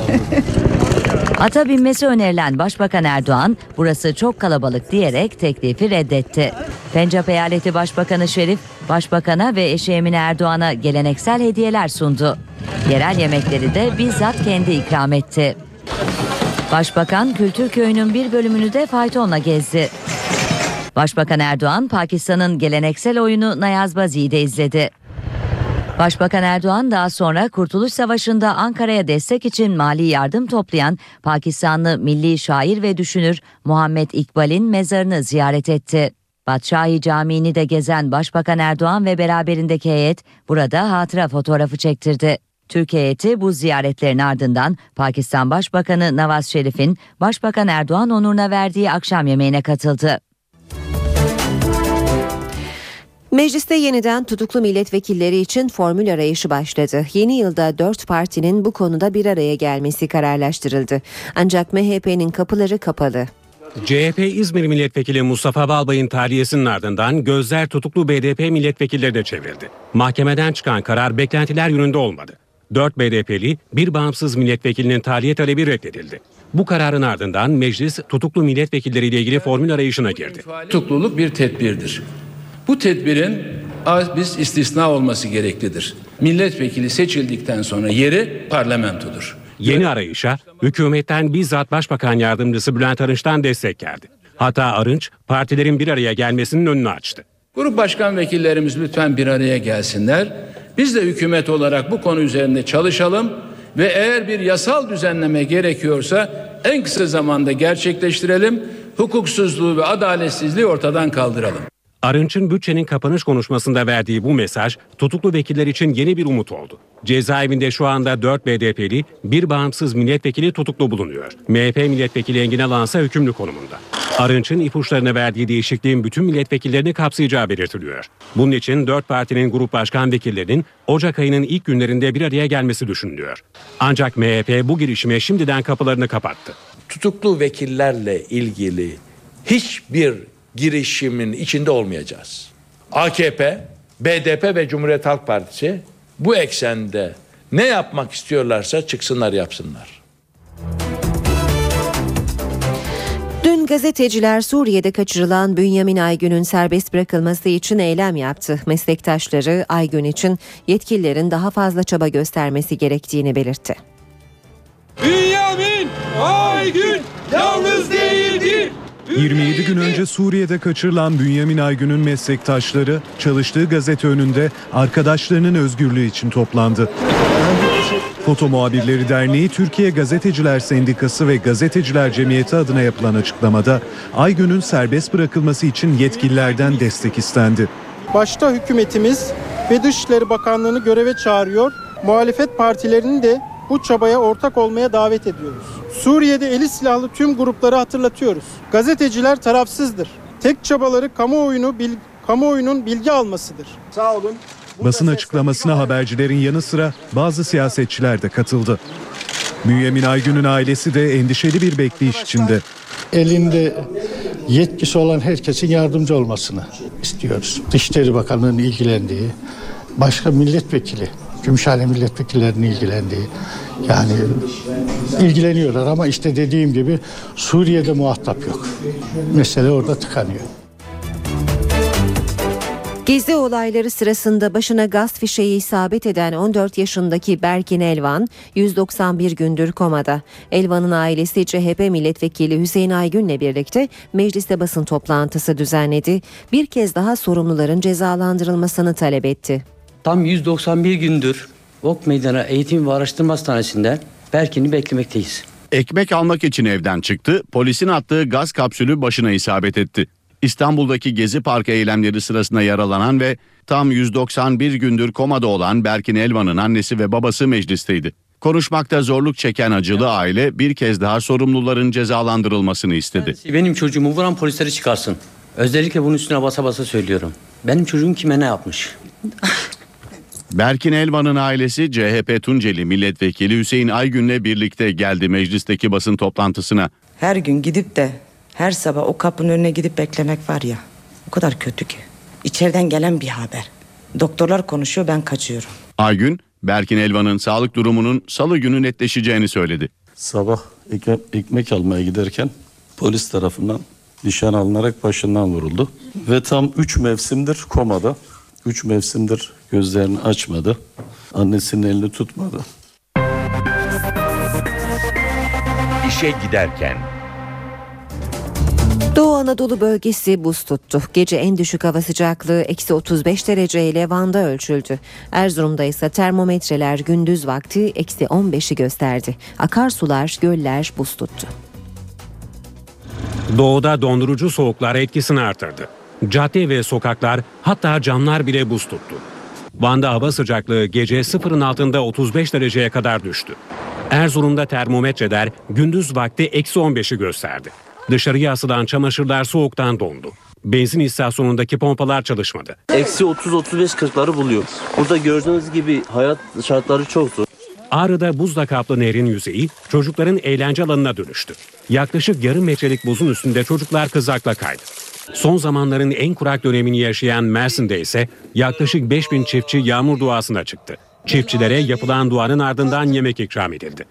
[SPEAKER 4] Ata binmesi önerilen Başbakan Erdoğan, burası çok kalabalık diyerek teklifi reddetti. Pencap Eyaleti Başbakanı Şerif, Başbakan'a ve eşi Emine Erdoğan'a geleneksel hediyeler sundu. Yerel yemekleri de bizzat kendi ikram etti. Başbakan Kültür Köyü'nün bir bölümünü de faytonla gezdi. Başbakan Erdoğan, Pakistan'ın geleneksel oyunu Nayazbazi'yi de izledi. Başbakan Erdoğan daha sonra Kurtuluş Savaşı'nda Ankara'ya destek için mali yardım toplayan Pakistanlı milli şair ve düşünür Muhammed İkbal'in mezarını ziyaret etti. Batşahi Camii'ni de gezen Başbakan Erdoğan ve beraberindeki heyet burada hatıra fotoğrafı çektirdi. Türk heyeti bu ziyaretlerin ardından Pakistan Başbakanı Nawaz Şerif'in Başbakan Erdoğan onuruna verdiği akşam yemeğine katıldı.
[SPEAKER 2] Mecliste yeniden tutuklu milletvekilleri için formül arayışı başladı. Yeni yılda dört partinin bu konuda bir araya gelmesi kararlaştırıldı. Ancak M H P'nin kapıları kapalı.
[SPEAKER 8] C H P İzmir Milletvekili Mustafa Balbay'ın tahliyesinin ardından gözler tutuklu B D P milletvekilleri de çevrildi. Mahkemeden çıkan karar beklentiler yönünde olmadı. dört B D P'li bir bağımsız milletvekilinin tahliye talebi reddedildi. Bu kararın ardından meclis tutuklu milletvekilleriyle ilgili formül arayışına girdi.
[SPEAKER 17] Tutukluluk bir tedbirdir. Bu tedbirin biz istisna olması gereklidir. Milletvekili seçildikten sonra yeri parlamentodur.
[SPEAKER 8] Yeni arayışa hükümetten bizzat Başbakan Yardımcısı Bülent Arınç'tan destek geldi. Hatta Arınç partilerin bir araya gelmesinin önünü açtı.
[SPEAKER 17] Grup başkan vekillerimiz lütfen bir araya gelsinler. Biz de hükümet olarak bu konu üzerinde çalışalım ve eğer bir yasal düzenleme gerekiyorsa en kısa zamanda gerçekleştirelim. Hukuksuzluğu ve adaletsizliği ortadan kaldıralım.
[SPEAKER 8] Arınç'ın bütçenin kapanış konuşmasında verdiği bu mesaj tutuklu vekiller için yeni bir umut oldu. Cezaevinde şu anda dört B D P'li bir bağımsız milletvekili tutuklu bulunuyor. M H P milletvekili Engin Alansa hükümlü konumunda. Arınç'ın ipuçlarına verdiği değişikliğin bütün milletvekillerini kapsayacağı belirtiliyor. Bunun için dört partinin grup başkan vekillerinin Ocak ayının ilk günlerinde bir araya gelmesi düşünülüyor. Ancak M H P bu girişime şimdiden kapılarını kapattı.
[SPEAKER 7] Tutuklu vekillerle ilgili hiçbir girişimin içinde olmayacağız. A K P, B D P ve Cumhuriyet Halk Partisi bu eksende ne yapmak istiyorlarsa çıksınlar yapsınlar.
[SPEAKER 2] Dün gazeteciler Suriye'de kaçırılan Bünyamin Aygün'ün serbest bırakılması için eylem yaptı. Meslektaşları Aygün için yetkililerin daha fazla çaba göstermesi gerektiğini belirtti.
[SPEAKER 18] Bünyamin Aygün yalnız değildir.
[SPEAKER 19] yirmi yedi gün önce Suriye'de kaçırılan Bünyamin Aygün'ün meslektaşları çalıştığı gazete önünde arkadaşlarının özgürlüğü için toplandı. Foto Muhabirleri Derneği, Türkiye Gazeteciler Sendikası ve Gazeteciler Cemiyeti adına yapılan açıklamada Aygün'ün serbest bırakılması için yetkililerden destek istendi.
[SPEAKER 20] Başta hükümetimiz ve Dışişleri Bakanlığı'nı göreve çağırıyor, muhalefet partilerini de bu çabaya ortak olmaya davet ediyoruz. Suriye'de eli silahlı tüm grupları hatırlatıyoruz. Gazeteciler tarafsızdır. Tek çabaları kamuoyunu bil, kamuoyunun bilgi almasıdır. Sağ olun.
[SPEAKER 19] Basın açıklamasına habercilerin yanı sıra bazı siyasetçiler de katıldı. Bünyamin Aygün'ün ailesi de endişeli bir bekleyiş içinde.
[SPEAKER 21] Elinde yetkisi olan herkesin yardımcı olmasını istiyoruz. Dışişleri Bakanlığı'nın ilgilendiği, başka milletvekili, Gümüşhane milletvekillerinin ilgilendiği, yani ilgileniyorlar ama işte dediğim gibi Suriye'de muhatap yok. Mesele orada tıkanıyor.
[SPEAKER 2] Gezi olayları sırasında başına gaz fişeği isabet eden on dört yaşındaki Berkin Elvan yüz doksan bir gündür komada. Elvan'ın ailesi C H P milletvekili Hüseyin Aygün'le birlikte mecliste basın toplantısı düzenledi. Bir kez daha sorumluların cezalandırılmasını talep etti.
[SPEAKER 22] Tam yüz doksan bir gündür Ok Meydanı Eğitim ve Araştırma Hastanesi'nde Berkin'i beklemekteyiz.
[SPEAKER 23] Ekmek almak için evden çıktı, polisin attığı gaz kapsülü başına isabet etti. İstanbul'daki Gezi Parkı eylemleri sırasında yaralanan ve tam yüz doksan bir gündür komada olan Berkin Elvan'ın annesi ve babası meclisteydi. Konuşmakta zorluk çeken acılı aile bir kez daha sorumluların cezalandırılmasını istedi.
[SPEAKER 22] Benim çocuğumu vuran polisleri çıkarsın. Özellikle bunun üstüne basa basa söylüyorum. Benim çocuğum kime ne yapmış?
[SPEAKER 23] Berkin Elvan'ın ailesi C H P Tunceli Milletvekili Hüseyin Aygün'le birlikte geldi meclisteki basın toplantısına.
[SPEAKER 5] Her gün gidip de her sabah o kapının önüne gidip beklemek var ya, o kadar kötü ki. İçeriden gelen bir haber. Doktorlar konuşuyor, ben kaçıyorum.
[SPEAKER 23] Aygün, Berkin Elvan'ın sağlık durumunun salı günü netleşeceğini söyledi.
[SPEAKER 6] Sabah ek- ekmek almaya giderken polis tarafından nişan alınarak başından vuruldu. Ve tam üç mevsimdir komada. Üç mevsimdir gözlerini açmadı. Annesinin elini tutmadı.
[SPEAKER 1] İşe giderken.
[SPEAKER 2] Doğu Anadolu bölgesi buz tuttu. Gece en düşük hava sıcaklığı eksi otuz beş derece ile Van'da ölçüldü. Erzurum'da ise termometreler gündüz vakti eksi on beşi gösterdi. Akarsular, göller buz tuttu.
[SPEAKER 8] Doğuda dondurucu soğuklar etkisini artırdı. Cadde ve sokaklar, hatta camlar bile buz tuttu. Van'da hava sıcaklığı gece sıfırın altında otuz beş dereceye kadar düştü. Erzurum'da termometreler gündüz vakti eksi on beşi gösterdi. Dışarıya asılan çamaşırlar soğuktan dondu. Benzin istasyonundaki pompalar çalışmadı.
[SPEAKER 9] Eksi otuz otuz beş kırkları buluyor. Burada gördüğünüz gibi hayat şartları çok zor.
[SPEAKER 8] Ağrı'da buzla kaplı nehrin yüzeyi çocukların eğlence alanına dönüştü. Yaklaşık yarım metrelik buzun üstünde çocuklar kızakla kaydı. Son zamanların en kurak dönemini yaşayan Mersin'de ise yaklaşık beş bin çiftçi yağmur duasına çıktı. Çiftçilere yapılan duanın ardından yemek ikram edildi.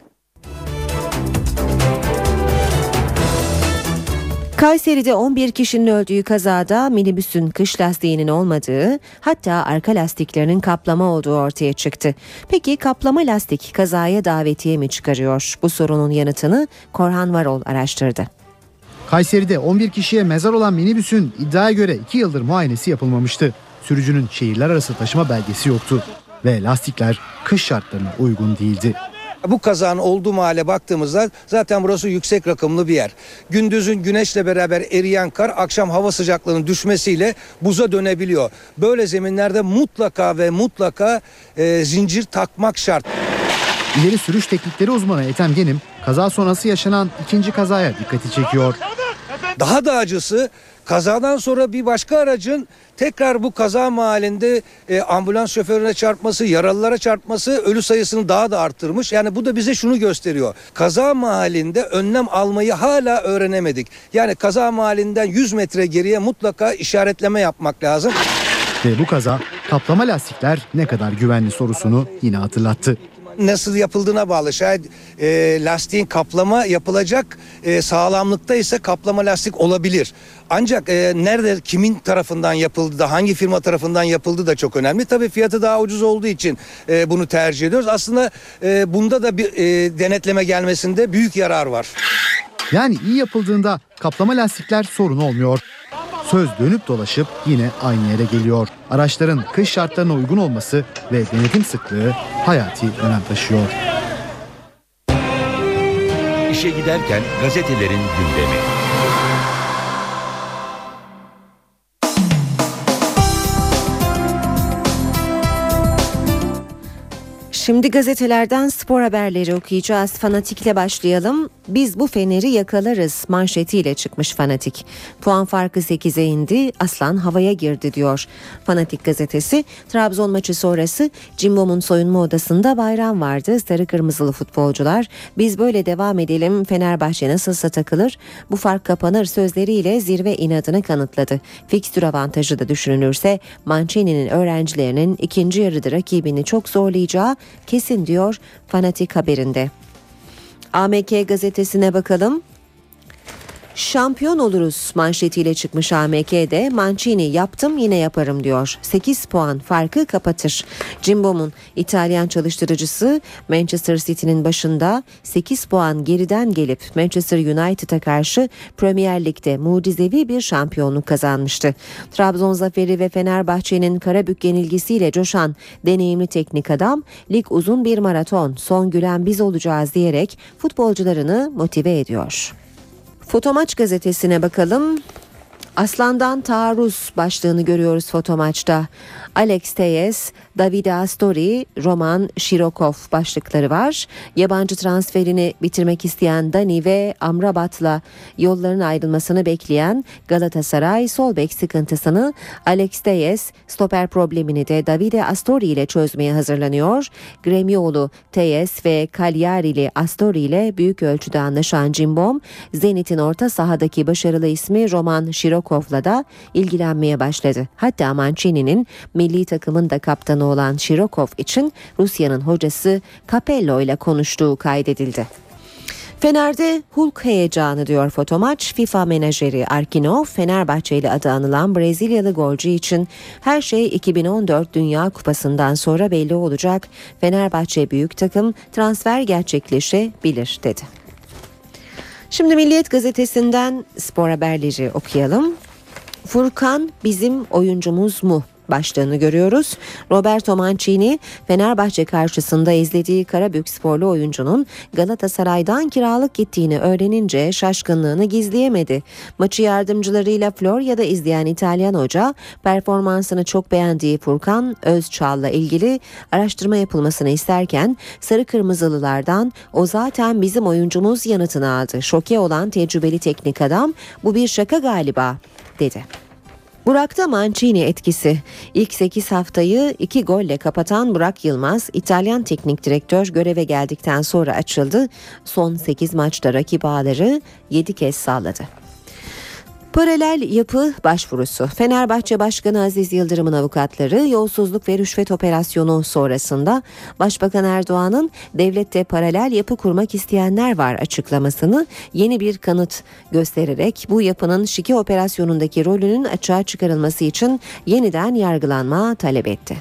[SPEAKER 2] Kayseri'de on bir kişinin öldüğü kazada minibüsün kış lastiğinin olmadığı, hatta arka lastiklerinin kaplama olduğu ortaya çıktı. Peki kaplama lastik kazaya davetiye mi çıkarıyor? Bu sorunun yanıtını Korhan Varol araştırdı.
[SPEAKER 24] Kayseri'de on bir kişiye mezar olan minibüsün iddiaya göre iki yıldır muayenesi yapılmamıştı. Sürücünün şehirler arası taşıma belgesi yoktu ve lastikler kış şartlarına uygun değildi.
[SPEAKER 25] Bu kazanın olduğu mahalle baktığımızda zaten burası yüksek rakımlı bir yer. Gündüzün güneşle beraber eriyen kar akşam hava sıcaklığının düşmesiyle buza dönebiliyor. Böyle zeminlerde mutlaka ve mutlaka e, zincir takmak şart.
[SPEAKER 24] İleri sürüş teknikleri uzmanı Ethem Genim kaza sonrası yaşanan ikinci kazaya dikkati çekiyor.
[SPEAKER 25] Daha da acısı kazadan sonra bir başka aracın tekrar bu kaza mahallinde e, ambulans şoförüne çarpması, yaralılara çarpması ölü sayısını daha da arttırmış. Yani bu da bize şunu gösteriyor. Kaza mahallinde önlem almayı hala öğrenemedik. Yani kaza mahallinden yüz metre geriye mutlaka işaretleme yapmak lazım.
[SPEAKER 24] Ve bu kaza kaplama lastikler ne kadar güvenli sorusunu yine hatırlattı.
[SPEAKER 25] Nasıl yapıldığına bağlı. Şayet e, lastiğin kaplama yapılacak e, sağlamlıkta ise kaplama lastik olabilir. Ancak e, nerede, kimin tarafından yapıldı da hangi firma tarafından yapıldı da çok önemli. Tabii fiyatı daha ucuz olduğu için e, bunu tercih ediyoruz. Aslında e, bunda da bir e, denetleme gelmesinde büyük yarar var.
[SPEAKER 24] Yani iyi yapıldığında kaplama lastikler sorun olmuyor. Söz dönüp dolaşıp yine aynı yere geliyor. Araçların kış şartlarına uygun olması ve denetim sıklığı hayati önem taşıyor.
[SPEAKER 1] İşe giderken gazetelerin gündemi.
[SPEAKER 2] Şimdi gazetelerden spor haberleri okuyacağız. Fanatik'le başlayalım. Biz bu feneri yakalarız manşetiyle çıkmış Fanatik. Puan farkı sekize indi, Aslan havaya girdi diyor. Fanatik gazetesi, Trabzon maçı sonrası Cimbom'un soyunma odasında bayram vardı. Sarı kırmızılı futbolcular, biz böyle devam edelim, Fenerbahçe nasılsa takılır, bu fark kapanır sözleriyle zirve inadını kanıtladı. Fikstür avantajı da düşünülürse Mancini'nin öğrencilerinin ikinci yarıda rakibini çok zorlayacağı kesin diyor Fanatik haberinde. A M K gazetesine bakalım. Şampiyon oluruz manşetiyle çıkmış A M K'de Mancini yaptım yine yaparım diyor. sekiz puan farkı kapatır. Cimbom'un İtalyan çalıştırıcısı Manchester City'nin başında sekiz puan geriden gelip Manchester United'a karşı Premier Lig'de mucizevi bir şampiyonluk kazanmıştı. Trabzon zaferi ve Fenerbahçe'nin Karabük yenilgisiyle coşan deneyimli teknik adam, lig uzun bir maraton, son gülen biz olacağız diyerek futbolcularını motive ediyor. Fotomaç gazetesine bakalım. Aslandan taarruz başlığını görüyoruz fotomaçta. Alex Telles, Davide Astori, Roman Shirokov başlıkları var. Yabancı transferini bitirmek isteyen Dani ve Amrabat'la yolların ayrılmasını bekleyen Galatasaray sol bek sıkıntısını Alex Telles, stoper problemini de Davide Astori ile çözmeye hazırlanıyor. Gremioğlu, Telles ve Cagliari'li Astori ile büyük ölçüde anlaşan Cimbom, Zenit'in orta sahadaki başarılı ismi Roman Shirokov'la da ilgilenmeye başladı. Hatta Mancini'nin milli takımın da kaptanı olan Shirokov için Rusya'nın hocası Capello ile konuştuğu kaydedildi. Fener'de Hulk heyecanı diyor fotomaç. FIFA menajeri Arkinov, Fenerbahçe ile adı anılan Brezilyalı golcü için her şey iki bin on dört Dünya Kupası'ndan sonra belli olacak. Fenerbahçe büyük takım, transfer gerçekleşebilir dedi. Şimdi Milliyet gazetesinden spor haberleri okuyalım. Furkan bizim oyuncumuz mu? Başlığını görüyoruz. Roberto Mancini, Fenerbahçe karşısında izlediği Karabüksporlu oyuncunun Galatasaray'dan kiralık gittiğini öğrenince şaşkınlığını gizleyemedi. Maçı yardımcılarıyla Florya'da izleyen İtalyan hoca, performansını çok beğendiği Furkan Özçal'la ilgili araştırma yapılmasını isterken Sarı Kırmızılılardan "o zaten bizim oyuncumuz" yanıtını aldı. Şoke olan tecrübeli teknik adam "bu bir şaka galiba" dedi. Burak'ta Mancini etkisi. İlk sekiz haftayı iki golle kapatan Burak Yılmaz, İtalyan teknik direktör göreve geldikten sonra açıldı. Son sekiz maçta rakip ağları yedi kez sağladı. Paralel yapı başvurusu. Fenerbahçe Başkanı Aziz Yıldırım'ın avukatları yolsuzluk ve rüşvet operasyonu sonrasında Başbakan Erdoğan'ın devlette paralel yapı kurmak isteyenler var açıklamasını yeni bir kanıt göstererek bu yapının şike operasyonundaki rolünün açığa çıkarılması için yeniden yargılanma talep etti.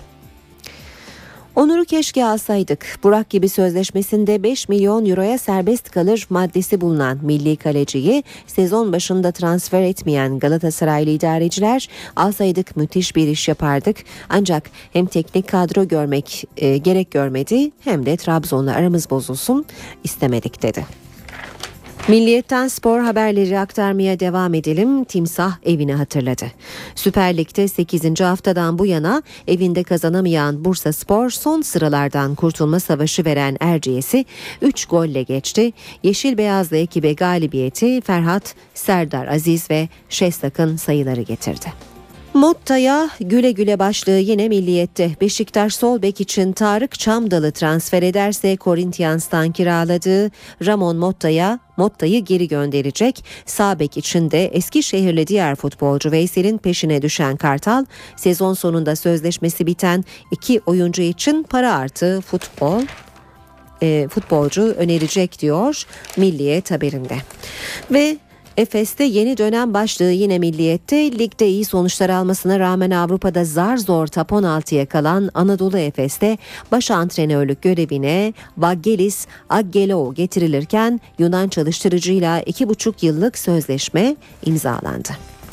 [SPEAKER 2] Onur'u keşke alsaydık. Burak gibi sözleşmesinde beş milyon euroya serbest kalır maddesi bulunan milli kaleciyi sezon başında transfer etmeyen Galatasaraylı idareciler "alsaydık müthiş bir iş yapardık. Ancak hem teknik kadro görmek e, gerek görmedi hem de Trabzon'la aramız bozulsun istemedik" dedi. Milliyet'ten spor haberleri aktarmaya devam edelim. Timsah evini hatırladı. Süper Lig'de sekizinci haftadan bu yana evinde kazanamayan Bursaspor son sıralardan kurtulma savaşı veren Erciyes'i üç golle geçti. Yeşil Beyazlı ekibe galibiyeti Ferhat, Serdar Aziz ve Şestak'ın sayıları getirdi. Motta'ya güle güle başlığı yine Milliyet'te. Beşiktaş sol bek için Tarık Çamdal'ı transfer ederse Corinthians'tan kiraladığı Ramon Motta'ya Motta'yı geri gönderecek. Sağ bek için de Eskişehirli diğer futbolcu Veysel'in peşine düşen Kartal, sezon sonunda sözleşmesi biten iki oyuncu için para artı futbol e, futbolcu önerecek diyor Milliyet haberinde. Ve Efes'te yeni dönem başlığı yine Milliyet'te. Ligde iyi sonuçlar almasına rağmen Avrupa'da zar zor top on altıya kalan Anadolu Efes'te baş antrenörlük görevine Vangelis Aggelou getirilirken Yunan çalıştırıcıyla iki buçuk yıllık sözleşme imzalandı.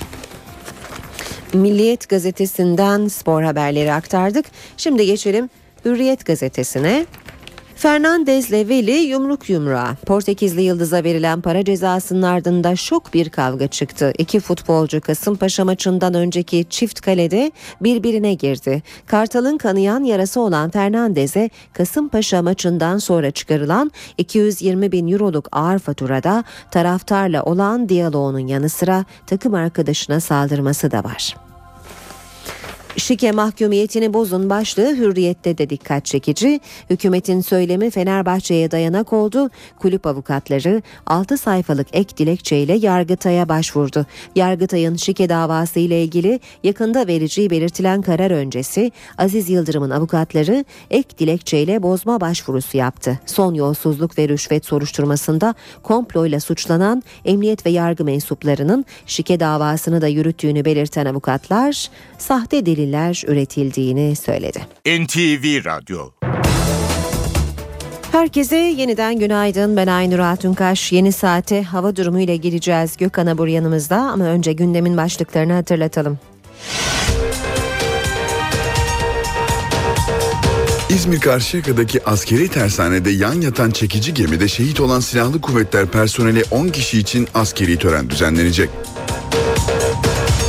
[SPEAKER 2] Milliyet gazetesinden spor haberleri aktardık. Şimdi geçelim Hürriyet gazetesine. Fernandez'le Veli yumruk yumruğa. Portekizli yıldıza verilen para cezasının ardında şok bir kavga çıktı. İki futbolcu Kasımpaşa maçından önceki çift kalede birbirine girdi. Kartal'ın kanayan yarası olan Fernandez'e Kasımpaşa maçından sonra çıkarılan iki yüz yirmi bin euroluk ağır faturada taraftarla olan diyaloğunun yanı sıra takım arkadaşına saldırması da var. Şike mahkumiyetini bozun başlığı Hürriyet'te de dikkat çekici. Hükümetin söylemi Fenerbahçe'ye dayanak oldu. Kulüp avukatları altı sayfalık ek dilekçeyle Yargıtay'a başvurdu. Yargıtay'ın şike davası ile ilgili yakında vereceği belirtilen karar öncesi Aziz Yıldırım'ın avukatları ek dilekçeyle bozma başvurusu yaptı. Son yolsuzluk ve rüşvet soruşturmasında komployla suçlanan emniyet ve yargı mensuplarının şike davasını da yürüttüğünü belirten avukatlar sahte delil üretildiğini söyledi.
[SPEAKER 1] N T V Radyo.
[SPEAKER 2] Herkese yeniden günaydın. Ben Aynur Altunkaş. Yeni saate hava durumuyla gireceğiz. Gökhan Abur yanımızda ama önce gündemin başlıklarını hatırlatalım.
[SPEAKER 3] İzmir Karşıyaka'daki askeri tersanede yan yatan çekici gemide şehit olan silahlı kuvvetler personeli on kişi için askeri tören düzenlenecek.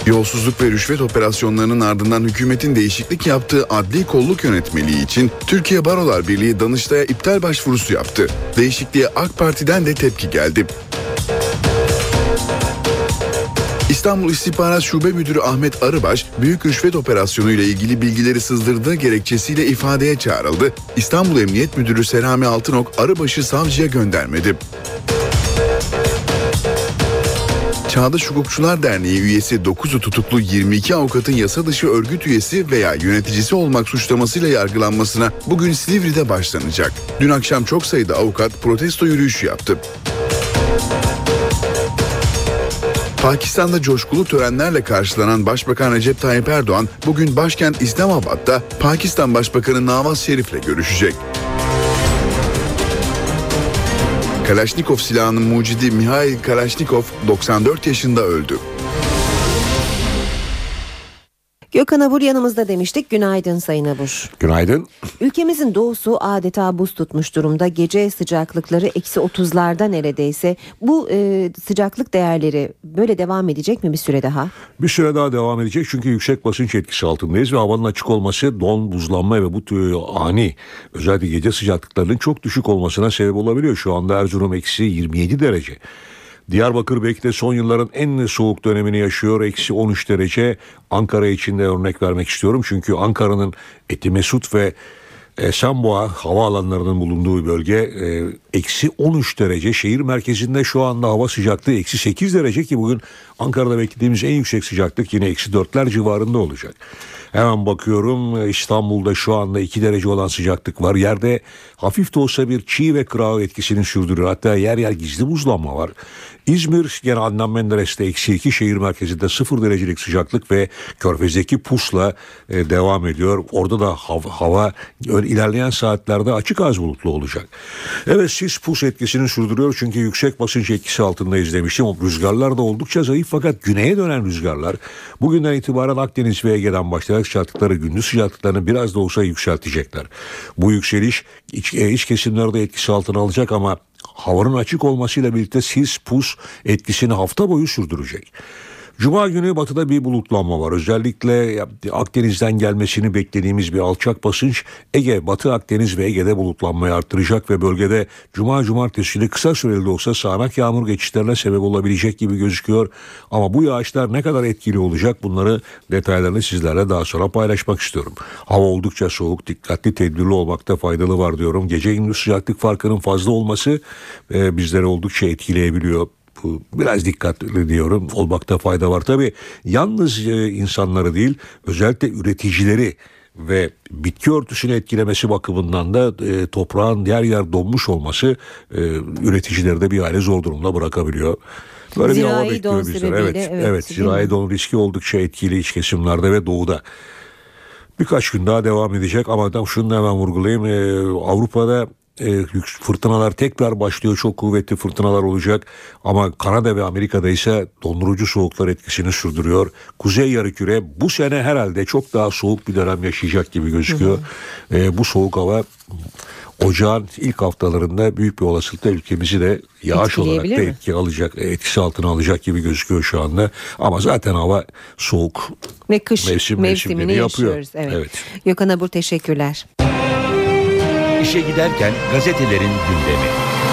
[SPEAKER 3] Yolsuzluk ve rüşvet operasyonlarının ardından hükümetin değişiklik yaptığı adli kolluk yönetmeliği için Türkiye Barolar Birliği Danıştay'a iptal başvurusu yaptı. Değişikliğe AK Parti'den de tepki geldi. İstanbul İstihbarat Şube Müdürü Ahmet Arıbaş, büyük rüşvet operasyonu ile ilgili bilgileri sızdırdığı gerekçesiyle ifadeye çağrıldı. İstanbul Emniyet Müdürü Selami Altınok, Arıbaş'ı savcıya göndermedi. Çağdaş Hukukçular Derneği üyesi dokuzu tutuklu yirmi iki avukatın yasa dışı örgüt üyesi veya yöneticisi olmak suçlamasıyla yargılanmasına bugün Silivri'de başlanacak. Dün akşam çok sayıda avukat protesto yürüyüşü yaptı. Pakistan'da coşkulu törenlerle karşılanan Başbakan Recep Tayyip Erdoğan bugün başkent İslamabad'da Pakistan Başbakanı Nawaz Şerif'le görüşecek. Kalaşnikov silahının mucidi Mihail Kalaşnikov doksan dört yaşında öldü.
[SPEAKER 2] Gökhan Abur yanımızda demiştik. Günaydın Sayın Abur.
[SPEAKER 10] Günaydın.
[SPEAKER 2] Ülkemizin doğusu adeta buz tutmuş durumda. Gece sıcaklıkları eksi otuzlarda neredeyse. Bu e, sıcaklık değerleri böyle devam edecek mi bir süre daha?
[SPEAKER 10] Bir süre daha devam edecek çünkü yüksek basınç etkisi altındayız ve havanın açık olması don, buzlanma ve bu tür ani özellikle gece sıcaklıklarının çok düşük olmasına sebep olabiliyor. Şu anda Erzurum eksi yirmi yedi derece. Diyarbakır belki de son yılların en soğuk dönemini yaşıyor. Eksi on üç derece. Ankara için de örnek vermek istiyorum. Çünkü Ankara'nın Etimesut ve Esenboğa havaalanlarının bulunduğu bölge eksi on üç derece. Şehir merkezinde şu anda hava sıcaklığı eksi sekiz derece ki bugün Ankara'da beklediğimiz en yüksek sıcaklık yine eksi dörtler civarında olacak. Hemen bakıyorum, İstanbul'da şu anda iki derece olan sıcaklık var. Yerde hafif de olsa bir çiğ ve kırağ etkisini sürdürüyor. Hatta yer yer gizli buzlanma var. İzmir gene Adnan Menderes'te eksi iki, şehir merkezinde sıfır derecelik sıcaklık ve Körfez'deki pusla e, devam ediyor. Orada da hava, hava ilerleyen saatlerde açık az bulutlu olacak. Evet, sis pus etkisini sürdürüyor çünkü yüksek basınç etkisi altındayız demiştim. O rüzgarlar da oldukça zayıf fakat güneye dönen rüzgarlar bugünden itibaren Akdeniz ve Ege'den başlayarak sıcaklıkları, gündüz sıcaklıklarını biraz da olsa yükseltecekler. Bu yükseliş iç, iç kesimlerde etkisi altına alacak ama havanın açık olmasıyla birlikte sis, pus etkisini hafta boyu sürdürecek. Cuma günü batıda bir bulutlanma var. Özellikle Akdeniz'den gelmesini beklediğimiz bir alçak basınç Ege, Batı Akdeniz ve Ege'de bulutlanmayı arttıracak ve bölgede Cuma cumartesi günü kısa süreli de olsa sağanak yağmur geçişlerine sebep olabilecek gibi gözüküyor. Ama bu yağışlar ne kadar etkili olacak, bunları detaylarını sizlerle daha sonra paylaşmak istiyorum. Hava oldukça soğuk, dikkatli tedbirli olmakta faydalı var diyorum. Gece gündüz sıcaklık farkının fazla olması e, bizleri oldukça etkileyebiliyor. Biraz dikkatli diyorum, olmakta fayda var. Tabii yalnız e, insanları değil, özellikle üreticileri ve bitki örtüsünü etkilemesi bakımından da e, toprağın yer yer donmuş olması e, üreticileri de bir aile zor durumda bırakabiliyor. Böyle zirai bir hava bekliyor bizler. Evet, evet, evet zirai don riski oldukça etkili iç kesimlerde ve doğuda. Birkaç gün daha devam edecek ama şunu da hemen vurgulayayım. E, Avrupa'da E, fırtınalar tekrar başlıyor. Çok kuvvetli fırtınalar olacak ama Kanada ve Amerika'da ise dondurucu soğuklar etkisini sürdürüyor. Kuzey yarımküre bu sene herhalde çok daha soğuk bir dönem yaşayacak gibi gözüküyor. Hı hı. E, bu soğuk hava ocağın ilk haftalarında büyük bir olasılıkla ülkemizi de yağış olarak da etki alacak, etkisi altına alacak gibi gözüküyor şu anda. Ama zaten hava soğuk
[SPEAKER 2] ve kış
[SPEAKER 10] mevsim,
[SPEAKER 2] mevsimini yaşıyoruz. Evet. Evet. Gökhan Abur, teşekkürler.
[SPEAKER 1] İşe giderken gazetelerin gündemi.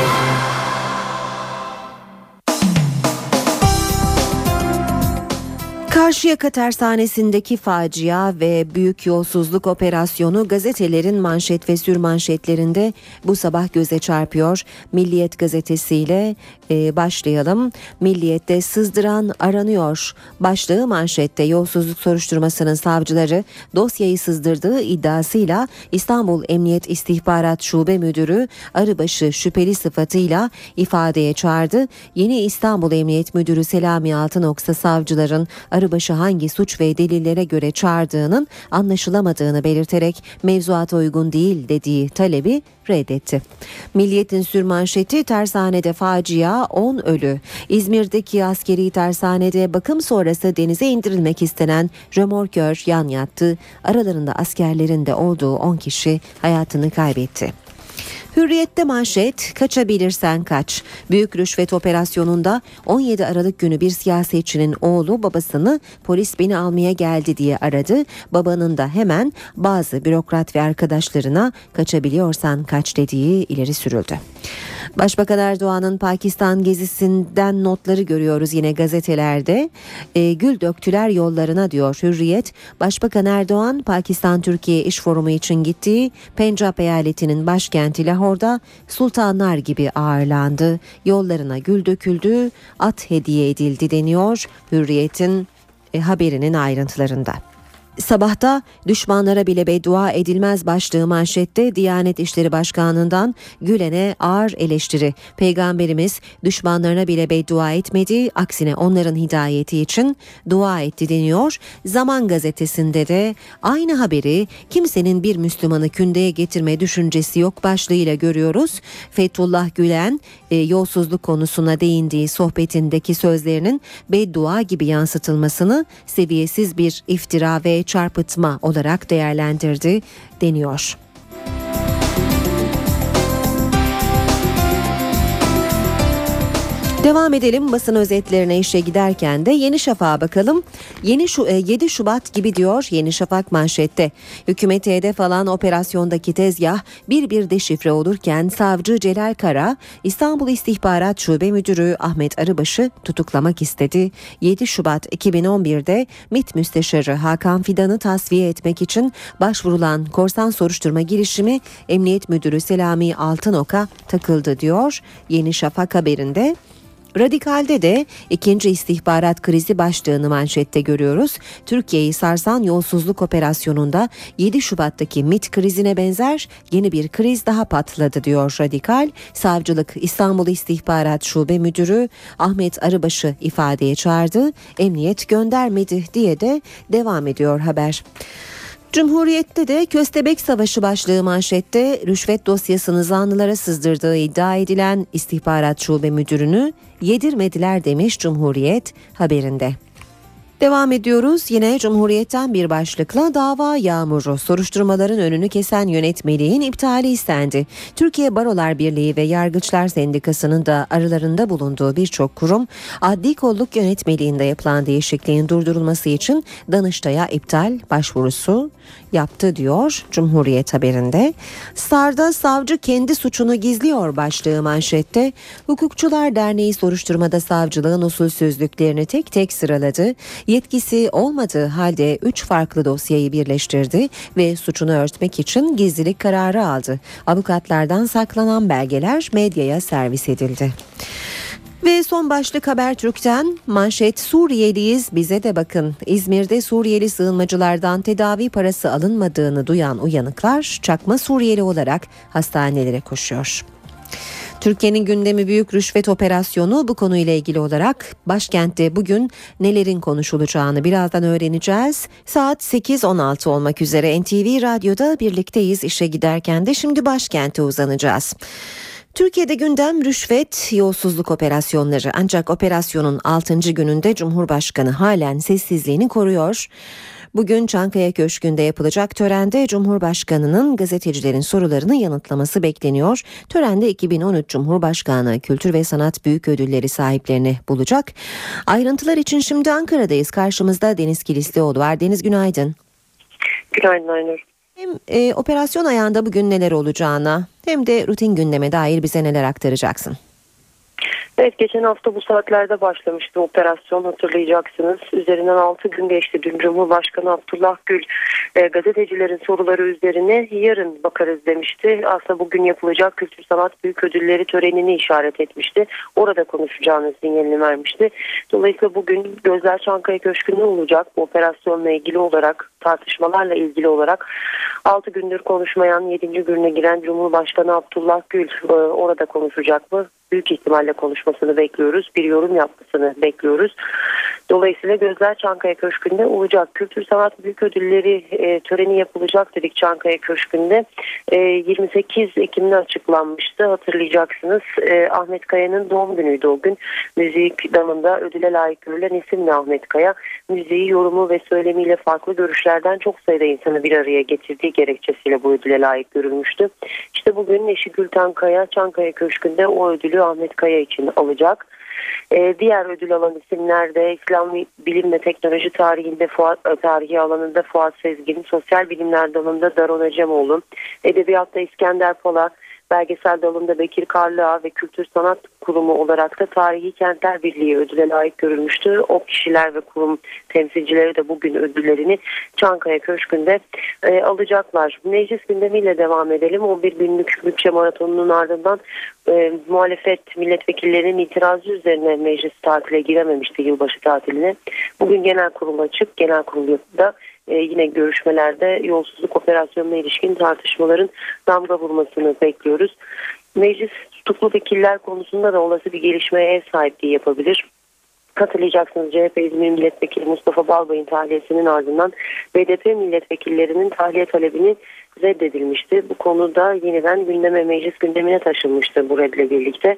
[SPEAKER 2] Karşıyaka tersanesindeki facia ve büyük yolsuzluk operasyonu gazetelerin manşet ve sürmanşetlerinde bu sabah göze çarpıyor. Milliyet gazetesiyle e, başlayalım. Milliyet'te sızdıran aranıyor. Başlığı manşette. Yolsuzluk soruşturmasının savcıları dosyayı sızdırdığı iddiasıyla İstanbul Emniyet İstihbarat Şube Müdürü Arıbaş'ı şüpheli sıfatıyla ifadeye çağırdı. Yeni İstanbul Emniyet Müdürü Selami Altınoksa savcıların Arıbaşı hangi suç ve delillere göre çağırdığının anlaşılamadığını belirterek mevzuata uygun değil dediği talebi reddetti. Milliyet'in sürmanşeti tersanede facia, on ölü. İzmir'deki askeri tersanede bakım sonrası denize indirilmek istenen römorkör yan yattı. Aralarında askerlerin de olduğu on kişi hayatını kaybetti. Hürriyet'te manşet, kaçabilirsen kaç. Büyük rüşvet operasyonunda on yedi Aralık günü bir siyasetçinin oğlu babasını polis beni almaya geldi diye aradı. Babanın da hemen bazı bürokrat ve arkadaşlarına kaçabiliyorsan kaç dediği ileri sürüldü. Başbakan Erdoğan'ın Pakistan gezisinden notları görüyoruz yine gazetelerde. E, gül döktüler yollarına diyor Hürriyet. Başbakan Erdoğan Pakistan-Türkiye İş Forumu için gittiği Pencap eyaletinin başkenti Lahor'da sultanlar gibi ağırlandı. Yollarına gül döküldü, at hediye edildi deniyor Hürriyet'in e, haberinin ayrıntılarında. Sabahta düşmanlara bile beddua edilmez başlığı manşette Diyanet İşleri Başkanı'ndan Gülen'e ağır eleştiri. Peygamberimiz düşmanlarına bile beddua etmedi, aksine onların hidayeti için dua etti deniyor. Zaman gazetesinde de aynı haberi kimsenin bir Müslümanı kündeye getirme düşüncesi yok başlığıyla görüyoruz. Fethullah Gülen e, yolsuzluk konusuna değindiği sohbetindeki sözlerinin beddua gibi yansıtılmasını seviyesiz bir iftira ve çarpıtma olarak değerlendirdi deniyor. Devam edelim basın özetlerine işe giderken de Yeni Şafak'a bakalım. Yeni şu yedi Şubat gibi diyor Yeni Şafak manşette. Hükümete hedef alan operasyondaki tezgah bir bir deşifre olurken savcı Celal Kara İstanbul İstihbarat Şube Müdürü Ahmet Arıbaş'ı tutuklamak istedi. yedi Şubat iki bin on birde MİT Müsteşarı Hakan Fidan'ı tasfiye etmek için başvurulan korsan soruşturma girişimi Emniyet Müdürü Selami Altınok'a takıldı diyor Yeni Şafak haberinde. Radikal'de de ikinci istihbarat krizi başlığını manşette görüyoruz. Türkiye'yi sarsan yolsuzluk operasyonunda yedi Şubat'taki MİT krizine benzer yeni bir kriz daha patladı diyor Radikal. Savcılık İstanbul İstihbarat Şube Müdürü Ahmet Arıbaş'ı ifadeye çağırdı. Emniyet göndermedi diye de devam ediyor haber. Cumhuriyet'te de Köstebek Savaşı başlığı manşette rüşvet dosyasını zanlılara sızdırdığı iddia edilen istihbarat şube müdürünü yedirmediler demiş Cumhuriyet haberinde. Devam ediyoruz yine Cumhuriyet'ten bir başlıkla dava yağmuru. Soruşturmaların önünü kesen yönetmeliğin iptali istendi. Türkiye Barolar Birliği ve Yargıçlar Sendikası'nın da aralarında bulunduğu birçok kurum adli kolluk yönetmeliğinde yapılan değişikliğin durdurulması için Danıştay'a iptal başvurusu yaptı diyor Cumhuriyet haberinde. Star'da savcı kendi suçunu gizliyor başlığı manşette. Hukukçular Derneği soruşturmada savcılığın usulsüzlüklerini tek tek sıraladı. Yetkisi olmadığı halde üç farklı dosyayı birleştirdi ve suçunu örtmek için gizlilik kararı aldı. Avukatlardan saklanan belgeler medyaya servis edildi. Ve son başlık Habertürk'ten manşet Suriyeliyiz bize de bakın. İzmir'de Suriyeli sığınmacılardan tedavi parası alınmadığını duyan uyanıklar çakma Suriyeli olarak hastanelere koşuyor. Türkiye'nin gündemi büyük rüşvet operasyonu bu konuyla ilgili olarak başkentte bugün nelerin konuşulacağını birazdan öğreneceğiz. Saat sekiz on altı olmak üzere N T V Radyo'da birlikteyiz işe giderken de şimdi başkente uzanacağız. Türkiye'de gündem rüşvet, yolsuzluk operasyonları ancak operasyonun altıncı gününde Cumhurbaşkanı halen sessizliğini koruyor. Bugün Çankaya Köşkü'nde yapılacak törende Cumhurbaşkanı'nın gazetecilerin sorularını yanıtlaması bekleniyor. Törende iki bin on üç Cumhurbaşkanı Kültür ve Sanat Büyük Ödülleri sahiplerini bulacak. Ayrıntılar için şimdi Ankara'dayız. Karşımızda Deniz Kilislioğlu var. Deniz günaydın.
[SPEAKER 11] Günaydın Aynur.
[SPEAKER 2] Hem e, operasyon ayağında bugün neler olacağına hem de rutin gündeme dair bize neler aktaracaksın?
[SPEAKER 11] Evet, geçen hafta bu saatlerde başlamıştı operasyon, hatırlayacaksınız. Üzerinden altı gün geçti. Dün Cumhurbaşkanı Abdullah Gül e, gazetecilerin soruları üzerine yarın bakarız demişti. Aslında bugün yapılacak Kültür Sanat Büyük Ödülleri törenini işaret etmişti. Orada konuşacağını sinyalini vermişti. Dolayısıyla bugün gözler Çankaya Köşkü'nde olacak. Bu operasyonla ilgili olarak, tartışmalarla ilgili olarak altı gündür konuşmayan yedinci gününe giren Cumhurbaşkanı Abdullah Gül e, orada konuşacak mı? Büyük ihtimalle konuşmasını bekliyoruz. Bir yorum yapmasını bekliyoruz. Dolayısıyla gözler Çankaya Köşkü'nde olacak. Kültür Sanat Büyük Ödülleri e, töreni yapılacak dedik Çankaya Köşkü'nde. E, yirmi sekiz Ekim'de açıklanmıştı, hatırlayacaksınız. E, Ahmet Kaya'nın doğum günüydü o gün. Müzik dalında ödüle layık görülen isimli Ahmet Kaya. Müziği, yorumu ve söylemiyle farklı görüşlerden çok sayıda insanı bir araya getirdiği gerekçesiyle bu ödüle layık görülmüştü. İşte bugün eşi Gülten Kaya Çankaya Köşkü'nde o ödülü Ahmet Kaya için alacak. Ee, diğer ödül alan isimler de İslam bilim ve teknoloji tarihinde Fuat, tarihi alanında Fuat Sezgin, sosyal bilimler dalında Daron Acemoğlu, edebiyatta İskender Polat, belgesel dalında Bekir Karlıağ ve Kültür Sanat Kurumu olarak da Tarihi Kentler Birliği ödüle layık görülmüştü. O kişiler ve kurum temsilcileri de bugün ödüllerini Çankaya Köşkü'nde e, alacaklar. Meclis gündemiyle devam edelim. on bir günlük bütçe maratonunun ardından e, muhalefet milletvekillerinin itirazı üzerine meclis tatile girememişti, yılbaşı tatiline. Bugün genel kurul açık. Genel kurulda Ee, yine görüşmelerde yolsuzluk operasyonuna ilişkin tartışmaların damga vurmasını bekliyoruz. Meclis tutuklu vekiller konusunda da olası bir gelişmeye ev sahipliği yapabilir. Hatırlayacaksınız, C H P İzmir Milletvekili Mustafa Balbay'ın tahliyesinin ardından B D P milletvekillerinin tahliye talebini reddedilmişti. Bu konuda yeniden gündeme, meclis gündemine taşınmıştı bu redle birlikte.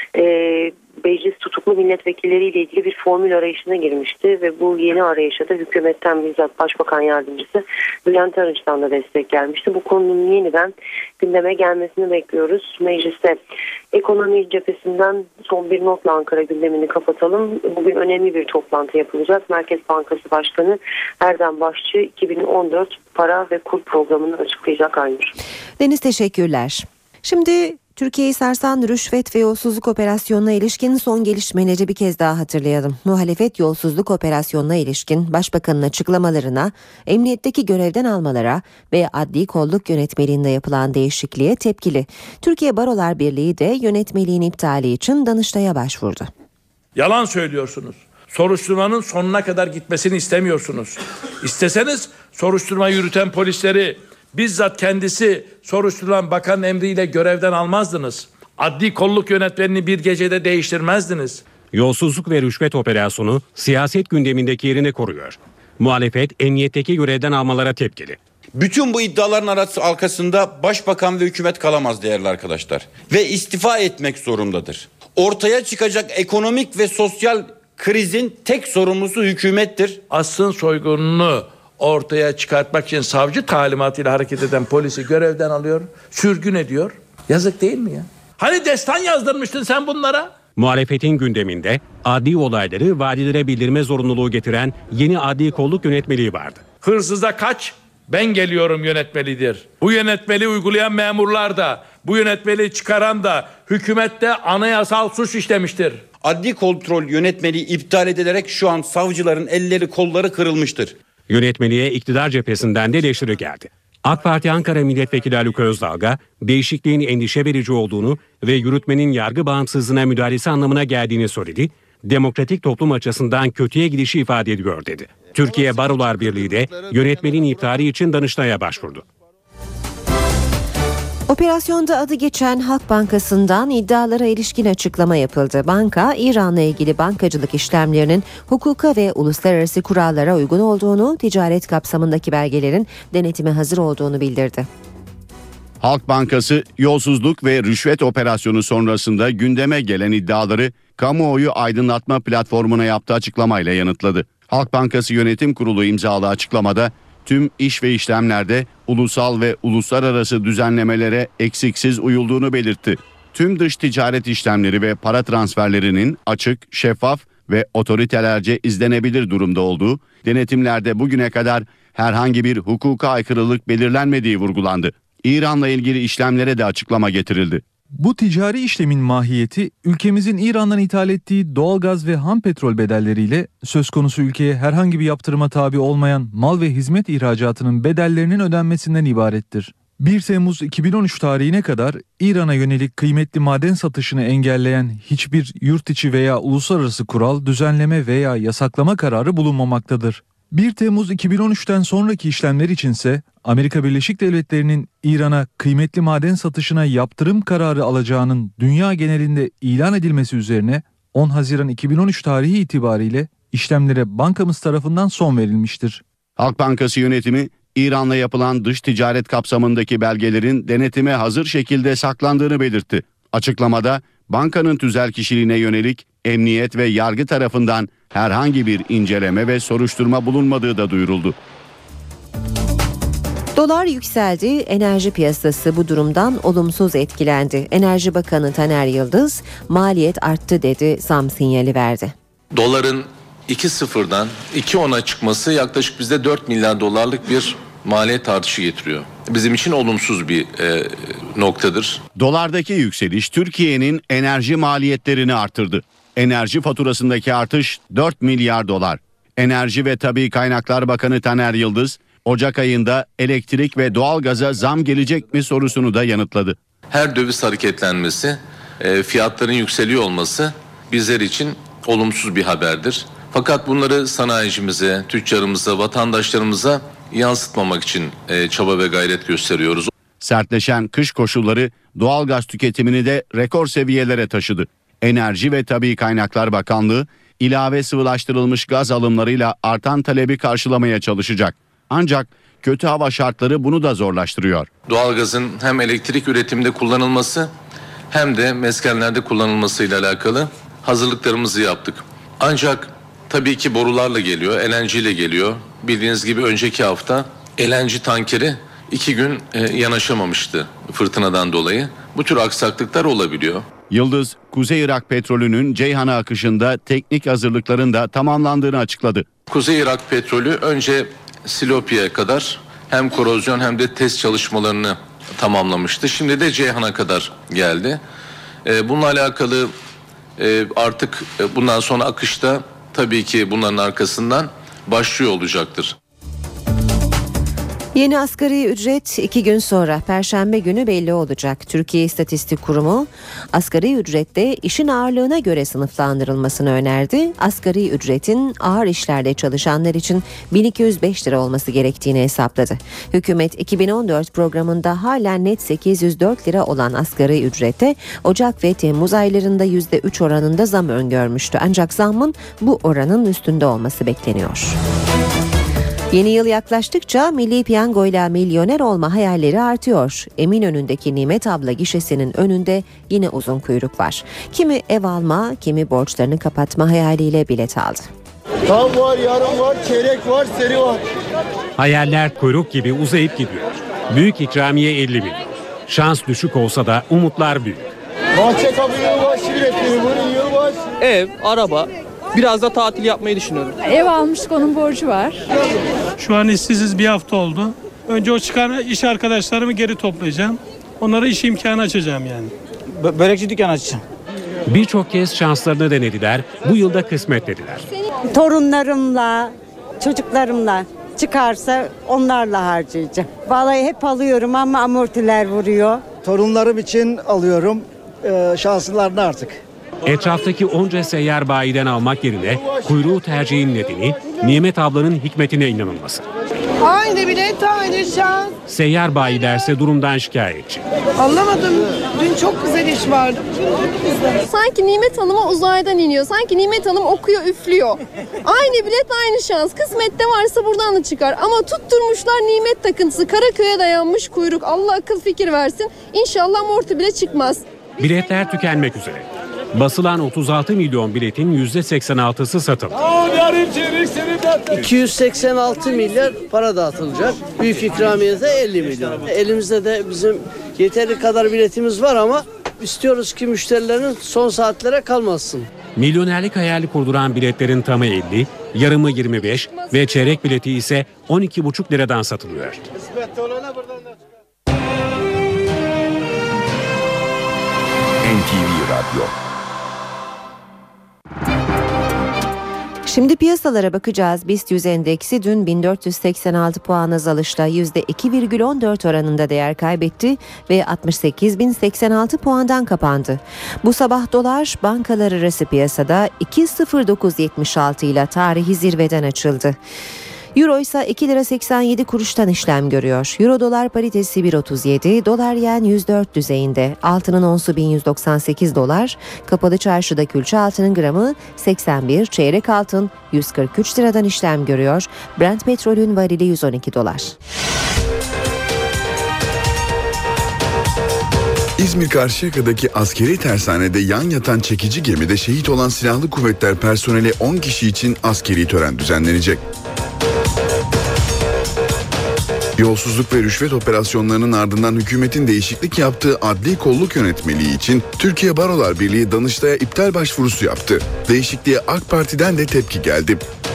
[SPEAKER 11] Ee, meclis tutuklu milletvekilleriyle ilgili bir formül arayışına girmişti ve bu yeni arayışa da hükümetten bizzat Başbakan Yardımcısı Bülent Arınç'tan da destek gelmişti. Bu konunun yeniden gündeme gelmesini bekliyoruz mecliste. Ekonomi cephesinden son bir notla Ankara gündemini kapatalım. Bugün önemli bir toplantı yapılacak. Merkez Bankası Başkanı Erdem Başçı iki bin on dört para ve kur programını açıklayacak Aynur.
[SPEAKER 2] Deniz, teşekkürler. Şimdi Türkiye'yi sarsan rüşvet ve yolsuzluk operasyonuna ilişkin son gelişmeleri bir kez daha hatırlayalım. Muhalefet yolsuzluk operasyonuna ilişkin Başbakanın açıklamalarına, emniyetteki görevden almalara ve adli kolluk yönetmeliğinde yapılan değişikliğe tepkili. Türkiye Barolar Birliği de yönetmeliğin iptali için Danıştay'a başvurdu.
[SPEAKER 7] Yalan söylüyorsunuz. Soruşturmanın sonuna kadar gitmesini istemiyorsunuz. İsteseniz soruşturma yürüten polisleri bizzat kendisi soruşturulan bakan emriyle görevden almazdınız. Adli kolluk yönetmeliğini bir gecede değiştirmezdiniz.
[SPEAKER 8] Yolsuzluk ve rüşvet operasyonu siyaset gündemindeki yerini koruyor. Muhalefet emniyetteki görevden almalara tepkili.
[SPEAKER 12] Bütün bu iddiaların arası arkasında başbakan ve hükümet kalamaz değerli arkadaşlar. Ve istifa etmek zorundadır. Ortaya çıkacak ekonomik ve sosyal krizin tek sorumlusu hükümettir.
[SPEAKER 7] Asrın soygununu ortaya çıkartmak için savcı talimatıyla hareket eden polisi görevden alıyor, sürgün ediyor. Yazık değil mi ya? Hani destan yazdırmıştın sen bunlara?
[SPEAKER 8] Muhalefetin gündeminde adli olayları valilere bildirme zorunluluğu getiren yeni adli kolluk yönetmeliği vardı.
[SPEAKER 7] Hırsıza kaç, ben geliyorum yönetmelidir. Bu yönetmeliği uygulayan memurlar da, bu yönetmeliği çıkaran da hükümette anayasal suç işlemiştir.
[SPEAKER 12] Adli kontrol yönetmeliği iptal edilerek şu an savcıların elleri kolları kırılmıştır.
[SPEAKER 8] Yönetmeliğe iktidar cephesinden de eleştiri geldi. AK Parti Ankara Milletvekili Haluk Özdalga, değişikliğin endişe verici olduğunu ve yürütmenin yargı bağımsızlığına müdahalesi anlamına geldiğini söyledi. Demokratik toplum açısından kötüye gidişi ifade ediyor dedi. Türkiye Barolar Birliği de yönetmenin iptali için Danıştay'a başvurdu.
[SPEAKER 2] Operasyonda adı geçen Halk Bankası'ndan iddialara ilişkin açıklama yapıldı. Banka, İran'la ilgili bankacılık işlemlerinin hukuka ve uluslararası kurallara uygun olduğunu, ticaret kapsamındaki belgelerin denetime hazır olduğunu bildirdi.
[SPEAKER 23] Halk Bankası yolsuzluk ve rüşvet operasyonu sonrasında gündeme gelen iddiaları kamuoyu aydınlatma platformuna yaptığı açıklamayla yanıtladı. Halk Bankası Yönetim Kurulu imzalı açıklamada tüm iş ve işlemlerde ulusal ve uluslararası düzenlemelere eksiksiz uyulduğunu belirtti. Tüm dış ticaret işlemleri ve para transferlerinin açık, şeffaf ve otoritelerce izlenebilir durumda olduğu, denetimlerde bugüne kadar herhangi bir hukuka aykırılık belirlenmediği vurgulandı. İran'la ilgili işlemlere de açıklama getirildi.
[SPEAKER 13] Bu ticari işlemin mahiyeti ülkemizin İran'dan ithal ettiği doğalgaz ve ham petrol bedelleriyle söz konusu ülkeye herhangi bir yaptırıma tabi olmayan mal ve hizmet ihracatının bedellerinin ödenmesinden ibarettir. bir Temmuz iki bin on üç tarihine kadar İran'a yönelik kıymetli maden satışını engelleyen hiçbir yurt içi veya uluslararası kural, düzenleme veya yasaklama kararı bulunmamaktadır. bir Temmuz iki bin on üçten sonraki işlemler içinse Amerika Birleşik Devletleri'nin İran'a kıymetli maden satışına yaptırım kararı alacağının dünya genelinde ilan edilmesi üzerine on Haziran iki bin on üç tarihi itibariyle işlemlere bankamız tarafından son verilmiştir.
[SPEAKER 23] Halk Bankası yönetimi İran'la yapılan dış ticaret kapsamındaki belgelerin denetime hazır şekilde saklandığını belirtti. Açıklamada bankanın tüzel kişiliğine yönelik emniyet ve yargı tarafından herhangi bir inceleme ve soruşturma bulunmadığı da duyuruldu.
[SPEAKER 2] Dolar yükseldi, enerji piyasası bu durumdan olumsuz etkilendi. Enerji Bakanı Taner Yıldız, maliyet arttı dedi, zam sinyali verdi.
[SPEAKER 4] Doların iki sıfırdan iki ona çıkması yaklaşık bizde dört milyar dolarlık bir maliyet artışı getiriyor. Bizim için olumsuz bir e, noktadır.
[SPEAKER 23] Dolardaki yükseliş Türkiye'nin enerji maliyetlerini artırdı. Enerji faturasındaki artış dört milyar dolar. Enerji ve Tabii Kaynaklar Bakanı Taner Yıldız, Ocak ayında elektrik ve doğalgaza zam gelecek mi sorusunu da yanıtladı.
[SPEAKER 4] Her döviz hareketlenmesi, e, fiyatların yükseliyor olması bizler için olumsuz bir haberdir. Fakat bunları sanayicimize, tüccarımıza, vatandaşlarımıza yansıtmamak için e, çaba ve gayret gösteriyoruz.
[SPEAKER 23] Sertleşen kış koşulları doğalgaz tüketimini de rekor seviyelere taşıdı. Enerji ve Tabii Kaynaklar Bakanlığı ilave sıvılaştırılmış gaz alımlarıyla artan talebi karşılamaya çalışacak. Ancak kötü hava şartları bunu da zorlaştırıyor.
[SPEAKER 4] Doğalgazın hem elektrik üretiminde kullanılması hem de meskenlerde kullanılmasıyla alakalı hazırlıklarımızı yaptık. Ancak tabii ki borularla geliyor, L N G ile geliyor. Bildiğiniz gibi önceki hafta L N G tankeri iki gün e, yanaşamamıştı fırtınadan dolayı. Bu tür aksaklıklar olabiliyor.
[SPEAKER 23] Yıldız, Kuzey Irak petrolünün Ceyhan'a akışında teknik hazırlıkların da tamamlandığını açıkladı.
[SPEAKER 4] Kuzey Irak petrolü önce Silopi'ye kadar hem korozyon hem de test çalışmalarını tamamlamıştı. Şimdi de Ceyhan'a kadar geldi. E, bununla alakalı e, artık e, bundan sonra akışta tabii ki bunların arkasından başlıyor olacaktır.
[SPEAKER 2] Yeni asgari ücret iki gün sonra Perşembe günü belli olacak. Türkiye İstatistik Kurumu asgari ücrette işin ağırlığına göre sınıflandırılmasını önerdi. Asgari ücretin ağır işlerde çalışanlar için bin iki yüz beş lira olması gerektiğini hesapladı. Hükümet iki bin on dört programında halen net sekiz yüz dört lira olan asgari ücrete Ocak ve Temmuz aylarında yüzde üç oranında zam öngörmüştü. Ancak zammın bu oranın üstünde olması bekleniyor. Yeni yıl yaklaştıkça Milli Piyango'yla milyoner olma hayalleri artıyor. Eminönü'ndeki Nimet Abla gişesinin önünde yine uzun kuyruk var. Kimi ev alma, kimi borçlarını kapatma hayaliyle bilet aldı.
[SPEAKER 14] Tam var, yarım var, çeyrek var, seri var.
[SPEAKER 8] Hayaller kuyruk gibi uzayıp gidiyor. Büyük ikramiye elli milyon. Şans düşük olsa da umutlar büyük.
[SPEAKER 14] Bahçe kapı yılbaşı biletleri, bunun yılbaşı.
[SPEAKER 15] Ev, araba, biraz da tatil yapmayı düşünüyorum.
[SPEAKER 16] Ev almıştık, onun borcu var.
[SPEAKER 17] Şu an işsiziz, bir hafta oldu. Önce o çıkan iş arkadaşlarımı geri toplayacağım. Onlara iş imkanı açacağım yani.
[SPEAKER 15] B- börekçi dükkanı açacağım.
[SPEAKER 8] Birçok kez şanslarını denediler, bu yılda kısmet dediler.
[SPEAKER 26] Torunlarımla, çocuklarımla çıkarsa onlarla harcayacağım. Vallahi hep alıyorum ama amortiler vuruyor.
[SPEAKER 14] Torunlarım için alıyorum, ee, şanslılarını artık.
[SPEAKER 8] Etraftaki onca seyyar bayiden almak yerine kuyruğu tercihin nedeni Nimet Abla'nın hikmetine inanılması.
[SPEAKER 16] Aynı bilet, aynı şans.
[SPEAKER 8] Seyyar bayilerse durumdan şikayetçi.
[SPEAKER 16] Anlamadım. Dün çok güzel iş vardı.
[SPEAKER 27] Sanki Nimet Hanım'a uzaydan iniyor. Sanki Nimet Hanım okuyor, üflüyor. Aynı bilet, aynı şans. Kısmette varsa buradan da çıkar. Ama tutturmuşlar nimet takıntısı. Karaköy'e dayanmış kuyruk. Allah akıl fikir versin. İnşallah amorti bile çıkmaz.
[SPEAKER 8] Biletler tükenmek üzere. Basılan otuz altı milyon biletin yüzde seksen altısı satıldı.
[SPEAKER 15] iki yüz seksen altı milyar para dağıtılacak. Büyük ikramiyede elli milyon. Elimizde de bizim yeteri kadar biletimiz var ama istiyoruz ki müşterilerin son saatlere kalmasın.
[SPEAKER 8] Milyonerlik hayali kurduran biletlerin tamı elli, yarımı yirmi beş ve çeyrek bileti ise on iki buçuk liradan satılıyor.
[SPEAKER 1] N T V Radyo.
[SPEAKER 2] Şimdi piyasalara bakacağız. BIST yüz endeksi dün bin dört yüz seksen altı puan azalışla yüzde iki virgül on dört oranında değer kaybetti ve altmış sekiz bin seksen altı puandan kapandı. Bu sabah dolar bankalar arası piyasada iki virgül sıfır dokuz yetmiş altı ile tarihi zirveden açıldı. Euro ise iki lira seksen yedi kuruştan işlem görüyor. Euro dolar paritesi bir virgül otuz yedi, dolar yen yüz dört düzeyinde. Altının onsu bin yüz doksan sekiz dolar. Kapalı çarşıda külçe altının gramı seksen bir, çeyrek altın yüz kırk üç liradan işlem görüyor. Brent petrolün varili yüz on iki dolar.
[SPEAKER 3] İzmir Karşıyaka'daki askeri tersanede yan yatan çekici gemide şehit olan silahlı kuvvetler personeli on kişi için askeri tören düzenlenecek. Yolsuzluk ve rüşvet operasyonlarının ardından hükümetin değişiklik yaptığı adli kolluk yönetmeliği için Türkiye Barolar Birliği Danıştay'a iptal başvurusu yaptı. Değişikliğe AK Parti'den de tepki geldi.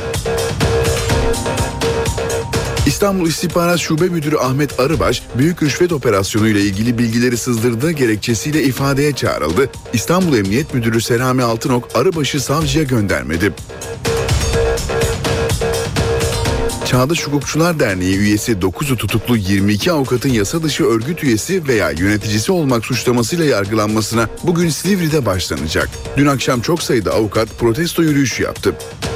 [SPEAKER 3] İstanbul İstihbarat Şube Müdürü Ahmet Arıbaş, büyük rüşvet operasyonu ile ilgili bilgileri sızdırdığı gerekçesiyle ifadeye çağrıldı. İstanbul Emniyet Müdürü Selami Altınok, Arıbaş'ı savcıya göndermedi. Çağdaş Hukukçular Derneği üyesi dokuzu tutuklu yirmi iki avukatın yasa dışı örgüt üyesi veya yöneticisi olmak suçlamasıyla yargılanmasına bugün Silivri'de başlanacak. Dün akşam çok sayıda avukat protesto yürüyüşü yaptı.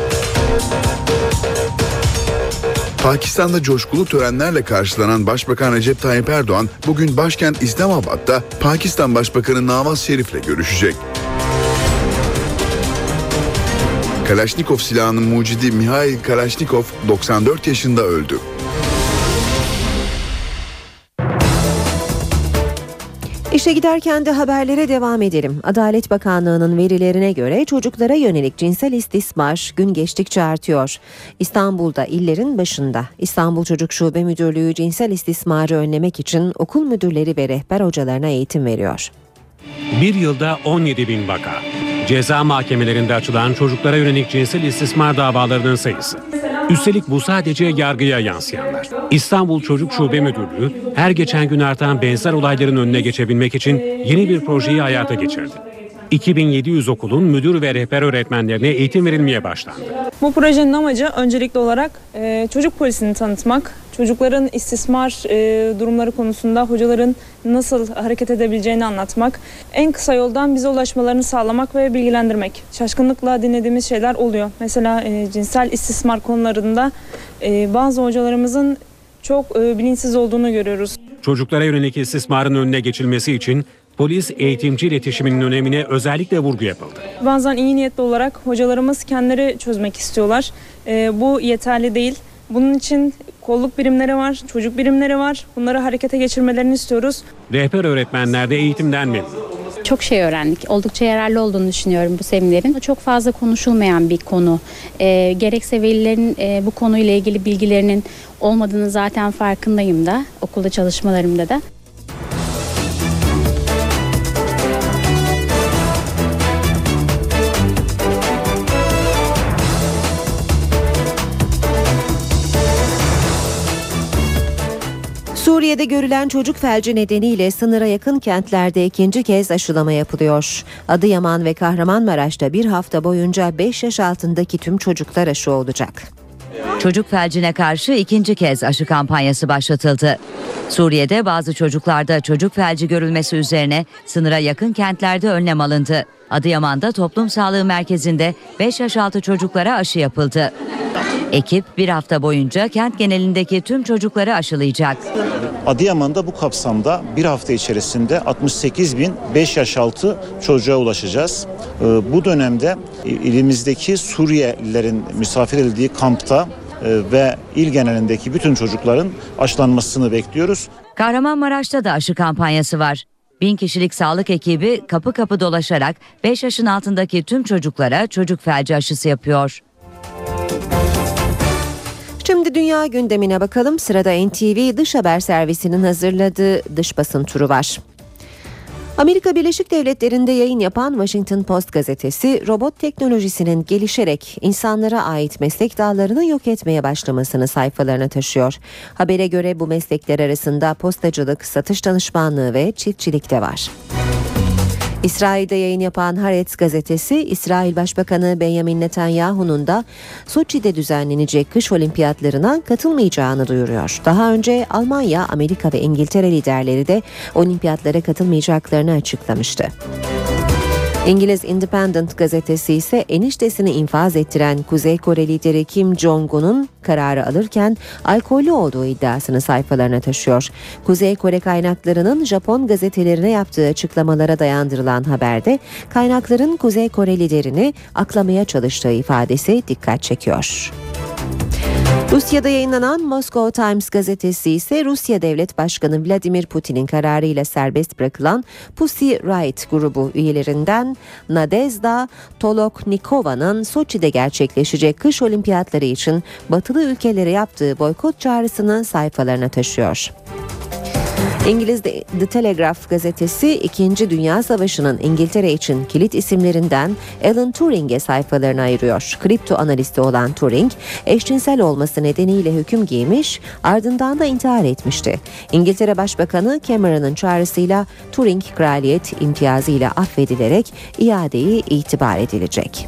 [SPEAKER 3] Pakistan'da coşkulu törenlerle karşılanan Başbakan Recep Tayyip Erdoğan bugün başkent İslamabad'da Pakistan Başbakanı Nawaz Şerif'le görüşecek. Kalaşnikov silahının mucidi Mihail Kalaşnikov doksan dört yaşında öldü.
[SPEAKER 2] İşe giderken de haberlere devam edelim. Adalet Bakanlığı'nın verilerine göre çocuklara yönelik cinsel istismar gün geçtikçe artıyor. İstanbul'da illerin başında. İstanbul Çocuk Şube Müdürlüğü cinsel istismarı önlemek için okul müdürleri ve rehber hocalarına eğitim veriyor.
[SPEAKER 8] Bir yılda on yedi bin vaka. Ceza mahkemelerinde açılan çocuklara yönelik cinsel istismar davalarının sayısı. Üstelik bu sadece yargıya yansıyanlar. İstanbul Çocuk Şube Müdürlüğü her geçen gün artan benzer olayların önüne geçebilmek için yeni bir projeyi hayata geçirdi. iki bin yedi yüz okulun müdür ve rehber öğretmenlerine eğitim verilmeye başlandı.
[SPEAKER 5] Bu projenin amacı öncelikli olarak e, çocuk polisini tanıtmak, çocukların istismar e, durumları konusunda hocaların nasıl hareket edebileceğini anlatmak, en kısa yoldan bize ulaşmalarını sağlamak ve bilgilendirmek. Şaşkınlıkla dinlediğimiz şeyler oluyor. Mesela e, cinsel istismar konularında e, bazı hocalarımızın çok e, bilinçsiz olduğunu görüyoruz.
[SPEAKER 8] Çocuklara yönelik istismarın önüne geçilmesi için polis eğitimci iletişiminin önemine özellikle vurgu yapıldı.
[SPEAKER 5] Bazen iyi niyetli olarak hocalarımız kendileri çözmek istiyorlar. E, bu yeterli değil. Bunun için kolluk birimleri var, çocuk birimleri var. Bunları harekete geçirmelerini istiyoruz.
[SPEAKER 8] Rehber öğretmenler de eğitimden memnun.
[SPEAKER 6] Çok şey öğrendik. Oldukça yararlı olduğunu düşünüyorum bu seminerin. Çok fazla konuşulmayan bir konu. E, gerekse velilerin e, bu konuyla ilgili bilgilerinin olmadığını zaten farkındayım da okulda çalışmalarımda da.
[SPEAKER 2] Suriye'de görülen çocuk felci nedeniyle sınıra yakın kentlerde ikinci kez aşılama yapılıyor. Adıyaman ve Kahramanmaraş'ta bir hafta boyunca beş yaş altındaki tüm çocuklar aşı olacak.
[SPEAKER 18] Çocuk felcine karşı ikinci kez aşı kampanyası başlatıldı. Suriye'de bazı çocuklarda çocuk felci görülmesi üzerine sınıra yakın kentlerde önlem alındı. Adıyaman'da Toplum Sağlığı Merkezi'nde beş yaş altı çocuklara aşı yapıldı. Ekip bir hafta boyunca kent genelindeki tüm çocukları aşılayacak.
[SPEAKER 19] Adıyaman'da bu kapsamda bir hafta içerisinde altmış sekiz bin beş yaş altı çocuğa ulaşacağız. Bu dönemde ilimizdeki Suriyelilerin misafir edildiği kampta ve il genelindeki bütün çocukların aşılanmasını bekliyoruz.
[SPEAKER 18] Kahramanmaraş'ta da aşı kampanyası var. Bin kişilik sağlık ekibi kapı kapı dolaşarak beş yaşın altındaki tüm çocuklara çocuk felci aşısı yapıyor.
[SPEAKER 2] Şimdi dünya gündemine bakalım. Sırada N T V Dış Haber Servisi'nin hazırladığı dış basın turu var. Amerika Birleşik Devletleri'nde yayın yapan Washington Post gazetesi, robot teknolojisinin gelişerek insanlara ait meslek dallarını yok etmeye başlamasını sayfalarına taşıyor. Habere göre bu meslekler arasında postacılık, satış danışmanlığı ve çiftçilik de var. İsrail'de yayın yapan Haaretz gazetesi, İsrail Başbakanı Benjamin Netanyahu'nun da Soçi'de düzenlenecek kış olimpiyatlarına katılmayacağını duyuruyor. Daha önce Almanya, Amerika ve İngiltere liderleri de olimpiyatlara katılmayacaklarını açıklamıştı. İngiliz Independent gazetesi ise eniştesini infaz ettiren Kuzey Kore lideri Kim Jong-un'un kararı alırken alkollü olduğu iddiasını sayfalarına taşıyor. Kuzey Kore kaynaklarının Japon gazetelerine yaptığı açıklamalara dayandırılan haberde kaynakların Kuzey Kore liderini aklamaya çalıştığı ifadesi dikkat çekiyor. Rusya'da yayınlanan Moscow Times gazetesi ise Rusya Devlet Başkanı Vladimir Putin'in kararıyla serbest bırakılan Pussy Riot grubu üyelerinden Nadezhda Toloknikova'nın Soçi'de gerçekleşecek kış olimpiyatları için batılı ülkelere yaptığı boykot çağrısını sayfalarına taşıyor. İngiliz The Telegraph gazetesi İkinci Dünya Savaşı'nın İngiltere için kilit isimlerinden Alan Turing'e sayfalarını ayırıyor. Kripto analisti olan Turing, eşcinsel olması nedeniyle hüküm giymiş, ardından da intihar etmişti. İngiltere Başbakanı Cameron'ın çağrısıyla Turing kraliyet imtiyazıyla affedilerek iadeyi itibar edilecek.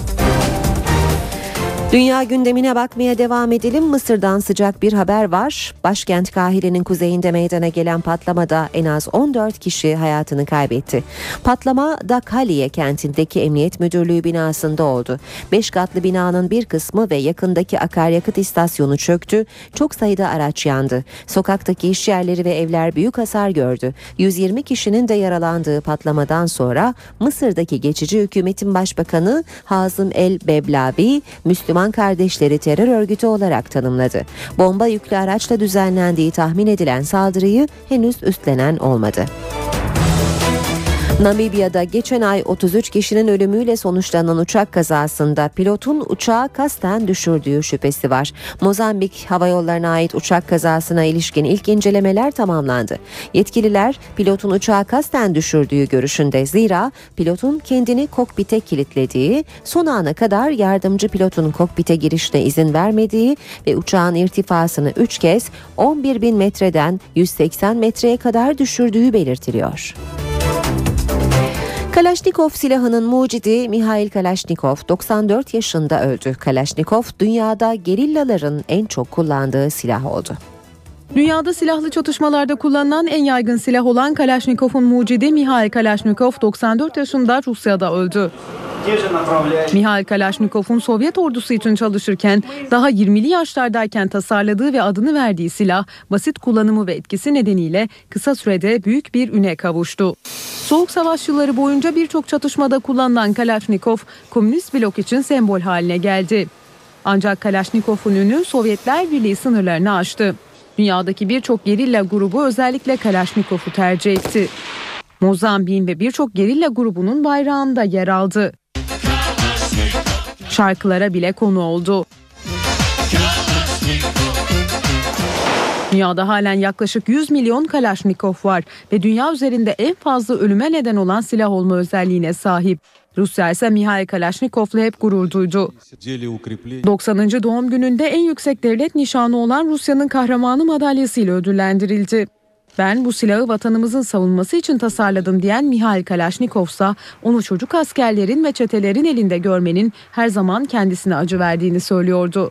[SPEAKER 2] Dünya gündemine bakmaya devam edelim. Mısır'dan sıcak bir haber var. Başkent Kahire'nin kuzeyinde meydana gelen patlamada en az on dört kişi hayatını kaybetti. Patlama Dakhaliye kentindeki Emniyet Müdürlüğü binasında oldu. Beş katlı binanın bir kısmı ve yakındaki akaryakıt istasyonu çöktü. Çok sayıda araç yandı. Sokaktaki iş yerleri ve evler büyük hasar gördü. yüz yirmi kişinin de yaralandığı patlamadan sonra Mısır'daki geçici hükümetin başbakanı Hazım El Beblavi, Müslüman Kardeşleri terör örgütü olarak tanımladı. Bomba yüklü araçla düzenlendiği tahmin edilen saldırıyı henüz üstlenen olmadı. Namibya'da geçen ay otuz üç kişinin ölümüyle sonuçlanan uçak kazasında pilotun uçağı kasten düşürdüğü şüphesi var. Mozambik Hava Yolları'na ait uçak kazasına ilişkin ilk incelemeler tamamlandı. Yetkililer pilotun uçağı kasten düşürdüğü görüşünde, zira pilotun kendini kokpite kilitlediği, son ana kadar yardımcı pilotun kokpite girişine izin vermediği ve uçağın irtifasını üç kez on bir bin metreden yüz seksen metreye kadar düşürdüğü belirtiliyor. Kalaşnikov silahının mucidi Mihail Kalaşnikov doksan dört yaşında öldü. Kalaşnikov dünyada gerillaların en çok kullandığı silah oldu.
[SPEAKER 9] Dünyada silahlı çatışmalarda kullanılan en yaygın silah olan Kalaşnikov'un mucidi Mihail Kalaşnikov doksan dört yaşında Rusya'da öldü. Mihail Kalaşnikov'un Sovyet ordusu için çalışırken daha yirmili yaşlardayken tasarladığı ve adını verdiği silah basit kullanımı ve etkisi nedeniyle kısa sürede büyük bir üne kavuştu. Soğuk Savaş yılları boyunca birçok çatışmada kullanılan Kalaşnikov, Komünist blok için sembol haline geldi. Ancak Kalaşnikov'un ünü Sovyetler Birliği sınırlarını aştı. Dünyadaki birçok gerilla grubu özellikle Kalaşnikov'u tercih etti. Mozambik'in ve birçok gerilla grubunun bayrağında yer aldı. Şarkılara bile konu oldu. Dünyada halen yaklaşık yüz milyon Kalaşnikov var ve dünya üzerinde en fazla ölüme neden olan silah olma özelliğine sahip. Rusya ise Mihail Kalaşnikov'la hep gurur duydu. doksanıncı doğum gününde en yüksek devlet nişanı olan Rusya'nın kahramanı madalyasıyla ödüllendirildi. "Ben bu silahı vatanımızın savunması için tasarladım" diyen Mihail Kalaşnikov ise onu çocuk askerlerin ve çetelerin elinde görmenin her zaman kendisine acı verdiğini söylüyordu.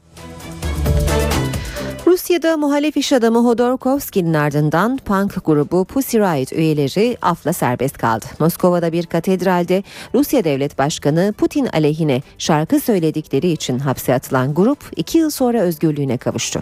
[SPEAKER 2] Rusya'da muhalif iş adamı Hodorkovski'nin ardından punk grubu Pussy Riot üyeleri afla serbest kaldı. Moskova'da bir katedralde Rusya Devlet Başkanı Putin aleyhine şarkı söyledikleri için hapse atılan grup iki yıl sonra özgürlüğüne kavuştu.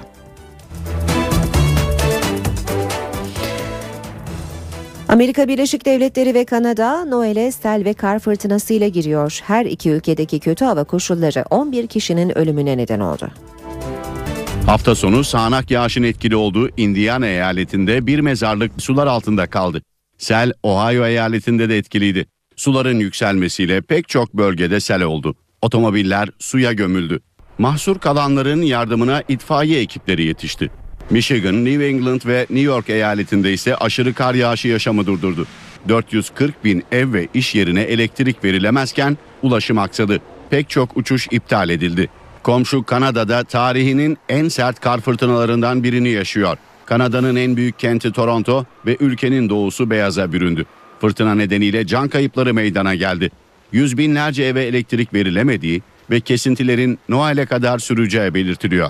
[SPEAKER 2] Amerika Birleşik Devletleri ve Kanada Noel'e sel ve kar fırtınasıyla giriyor. Her iki ülkedeki kötü hava koşulları on bir kişinin ölümüne neden oldu.
[SPEAKER 23] Hafta sonu sağanak yağışın etkili olduğu Indiana eyaletinde bir mezarlık sular altında kaldı. Sel Ohio eyaletinde de etkiliydi. Suların yükselmesiyle pek çok bölgede sel oldu. Otomobiller suya gömüldü. Mahsur kalanların yardımına itfaiye ekipleri yetişti. Michigan, New England ve New York eyaletinde ise aşırı kar yağışı yaşamı durdurdu. dört yüz kırk bin ev ve iş yerine elektrik verilemezken ulaşım aksadı. Pek çok uçuş iptal edildi. Komşu Kanada'da tarihinin en sert kar fırtınalarından birini yaşıyor. Kanada'nın en büyük kenti Toronto ve ülkenin doğusu beyaza büründü. Fırtına nedeniyle can kayıpları meydana geldi. Yüz binlerce eve elektrik verilemediği ve kesintilerin Noel'e kadar süreceği belirtiliyor.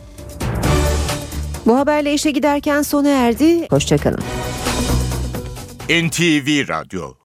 [SPEAKER 2] Bu haberle işe giderken sona erdi. Hoşçakalın.
[SPEAKER 1] N T V Radyo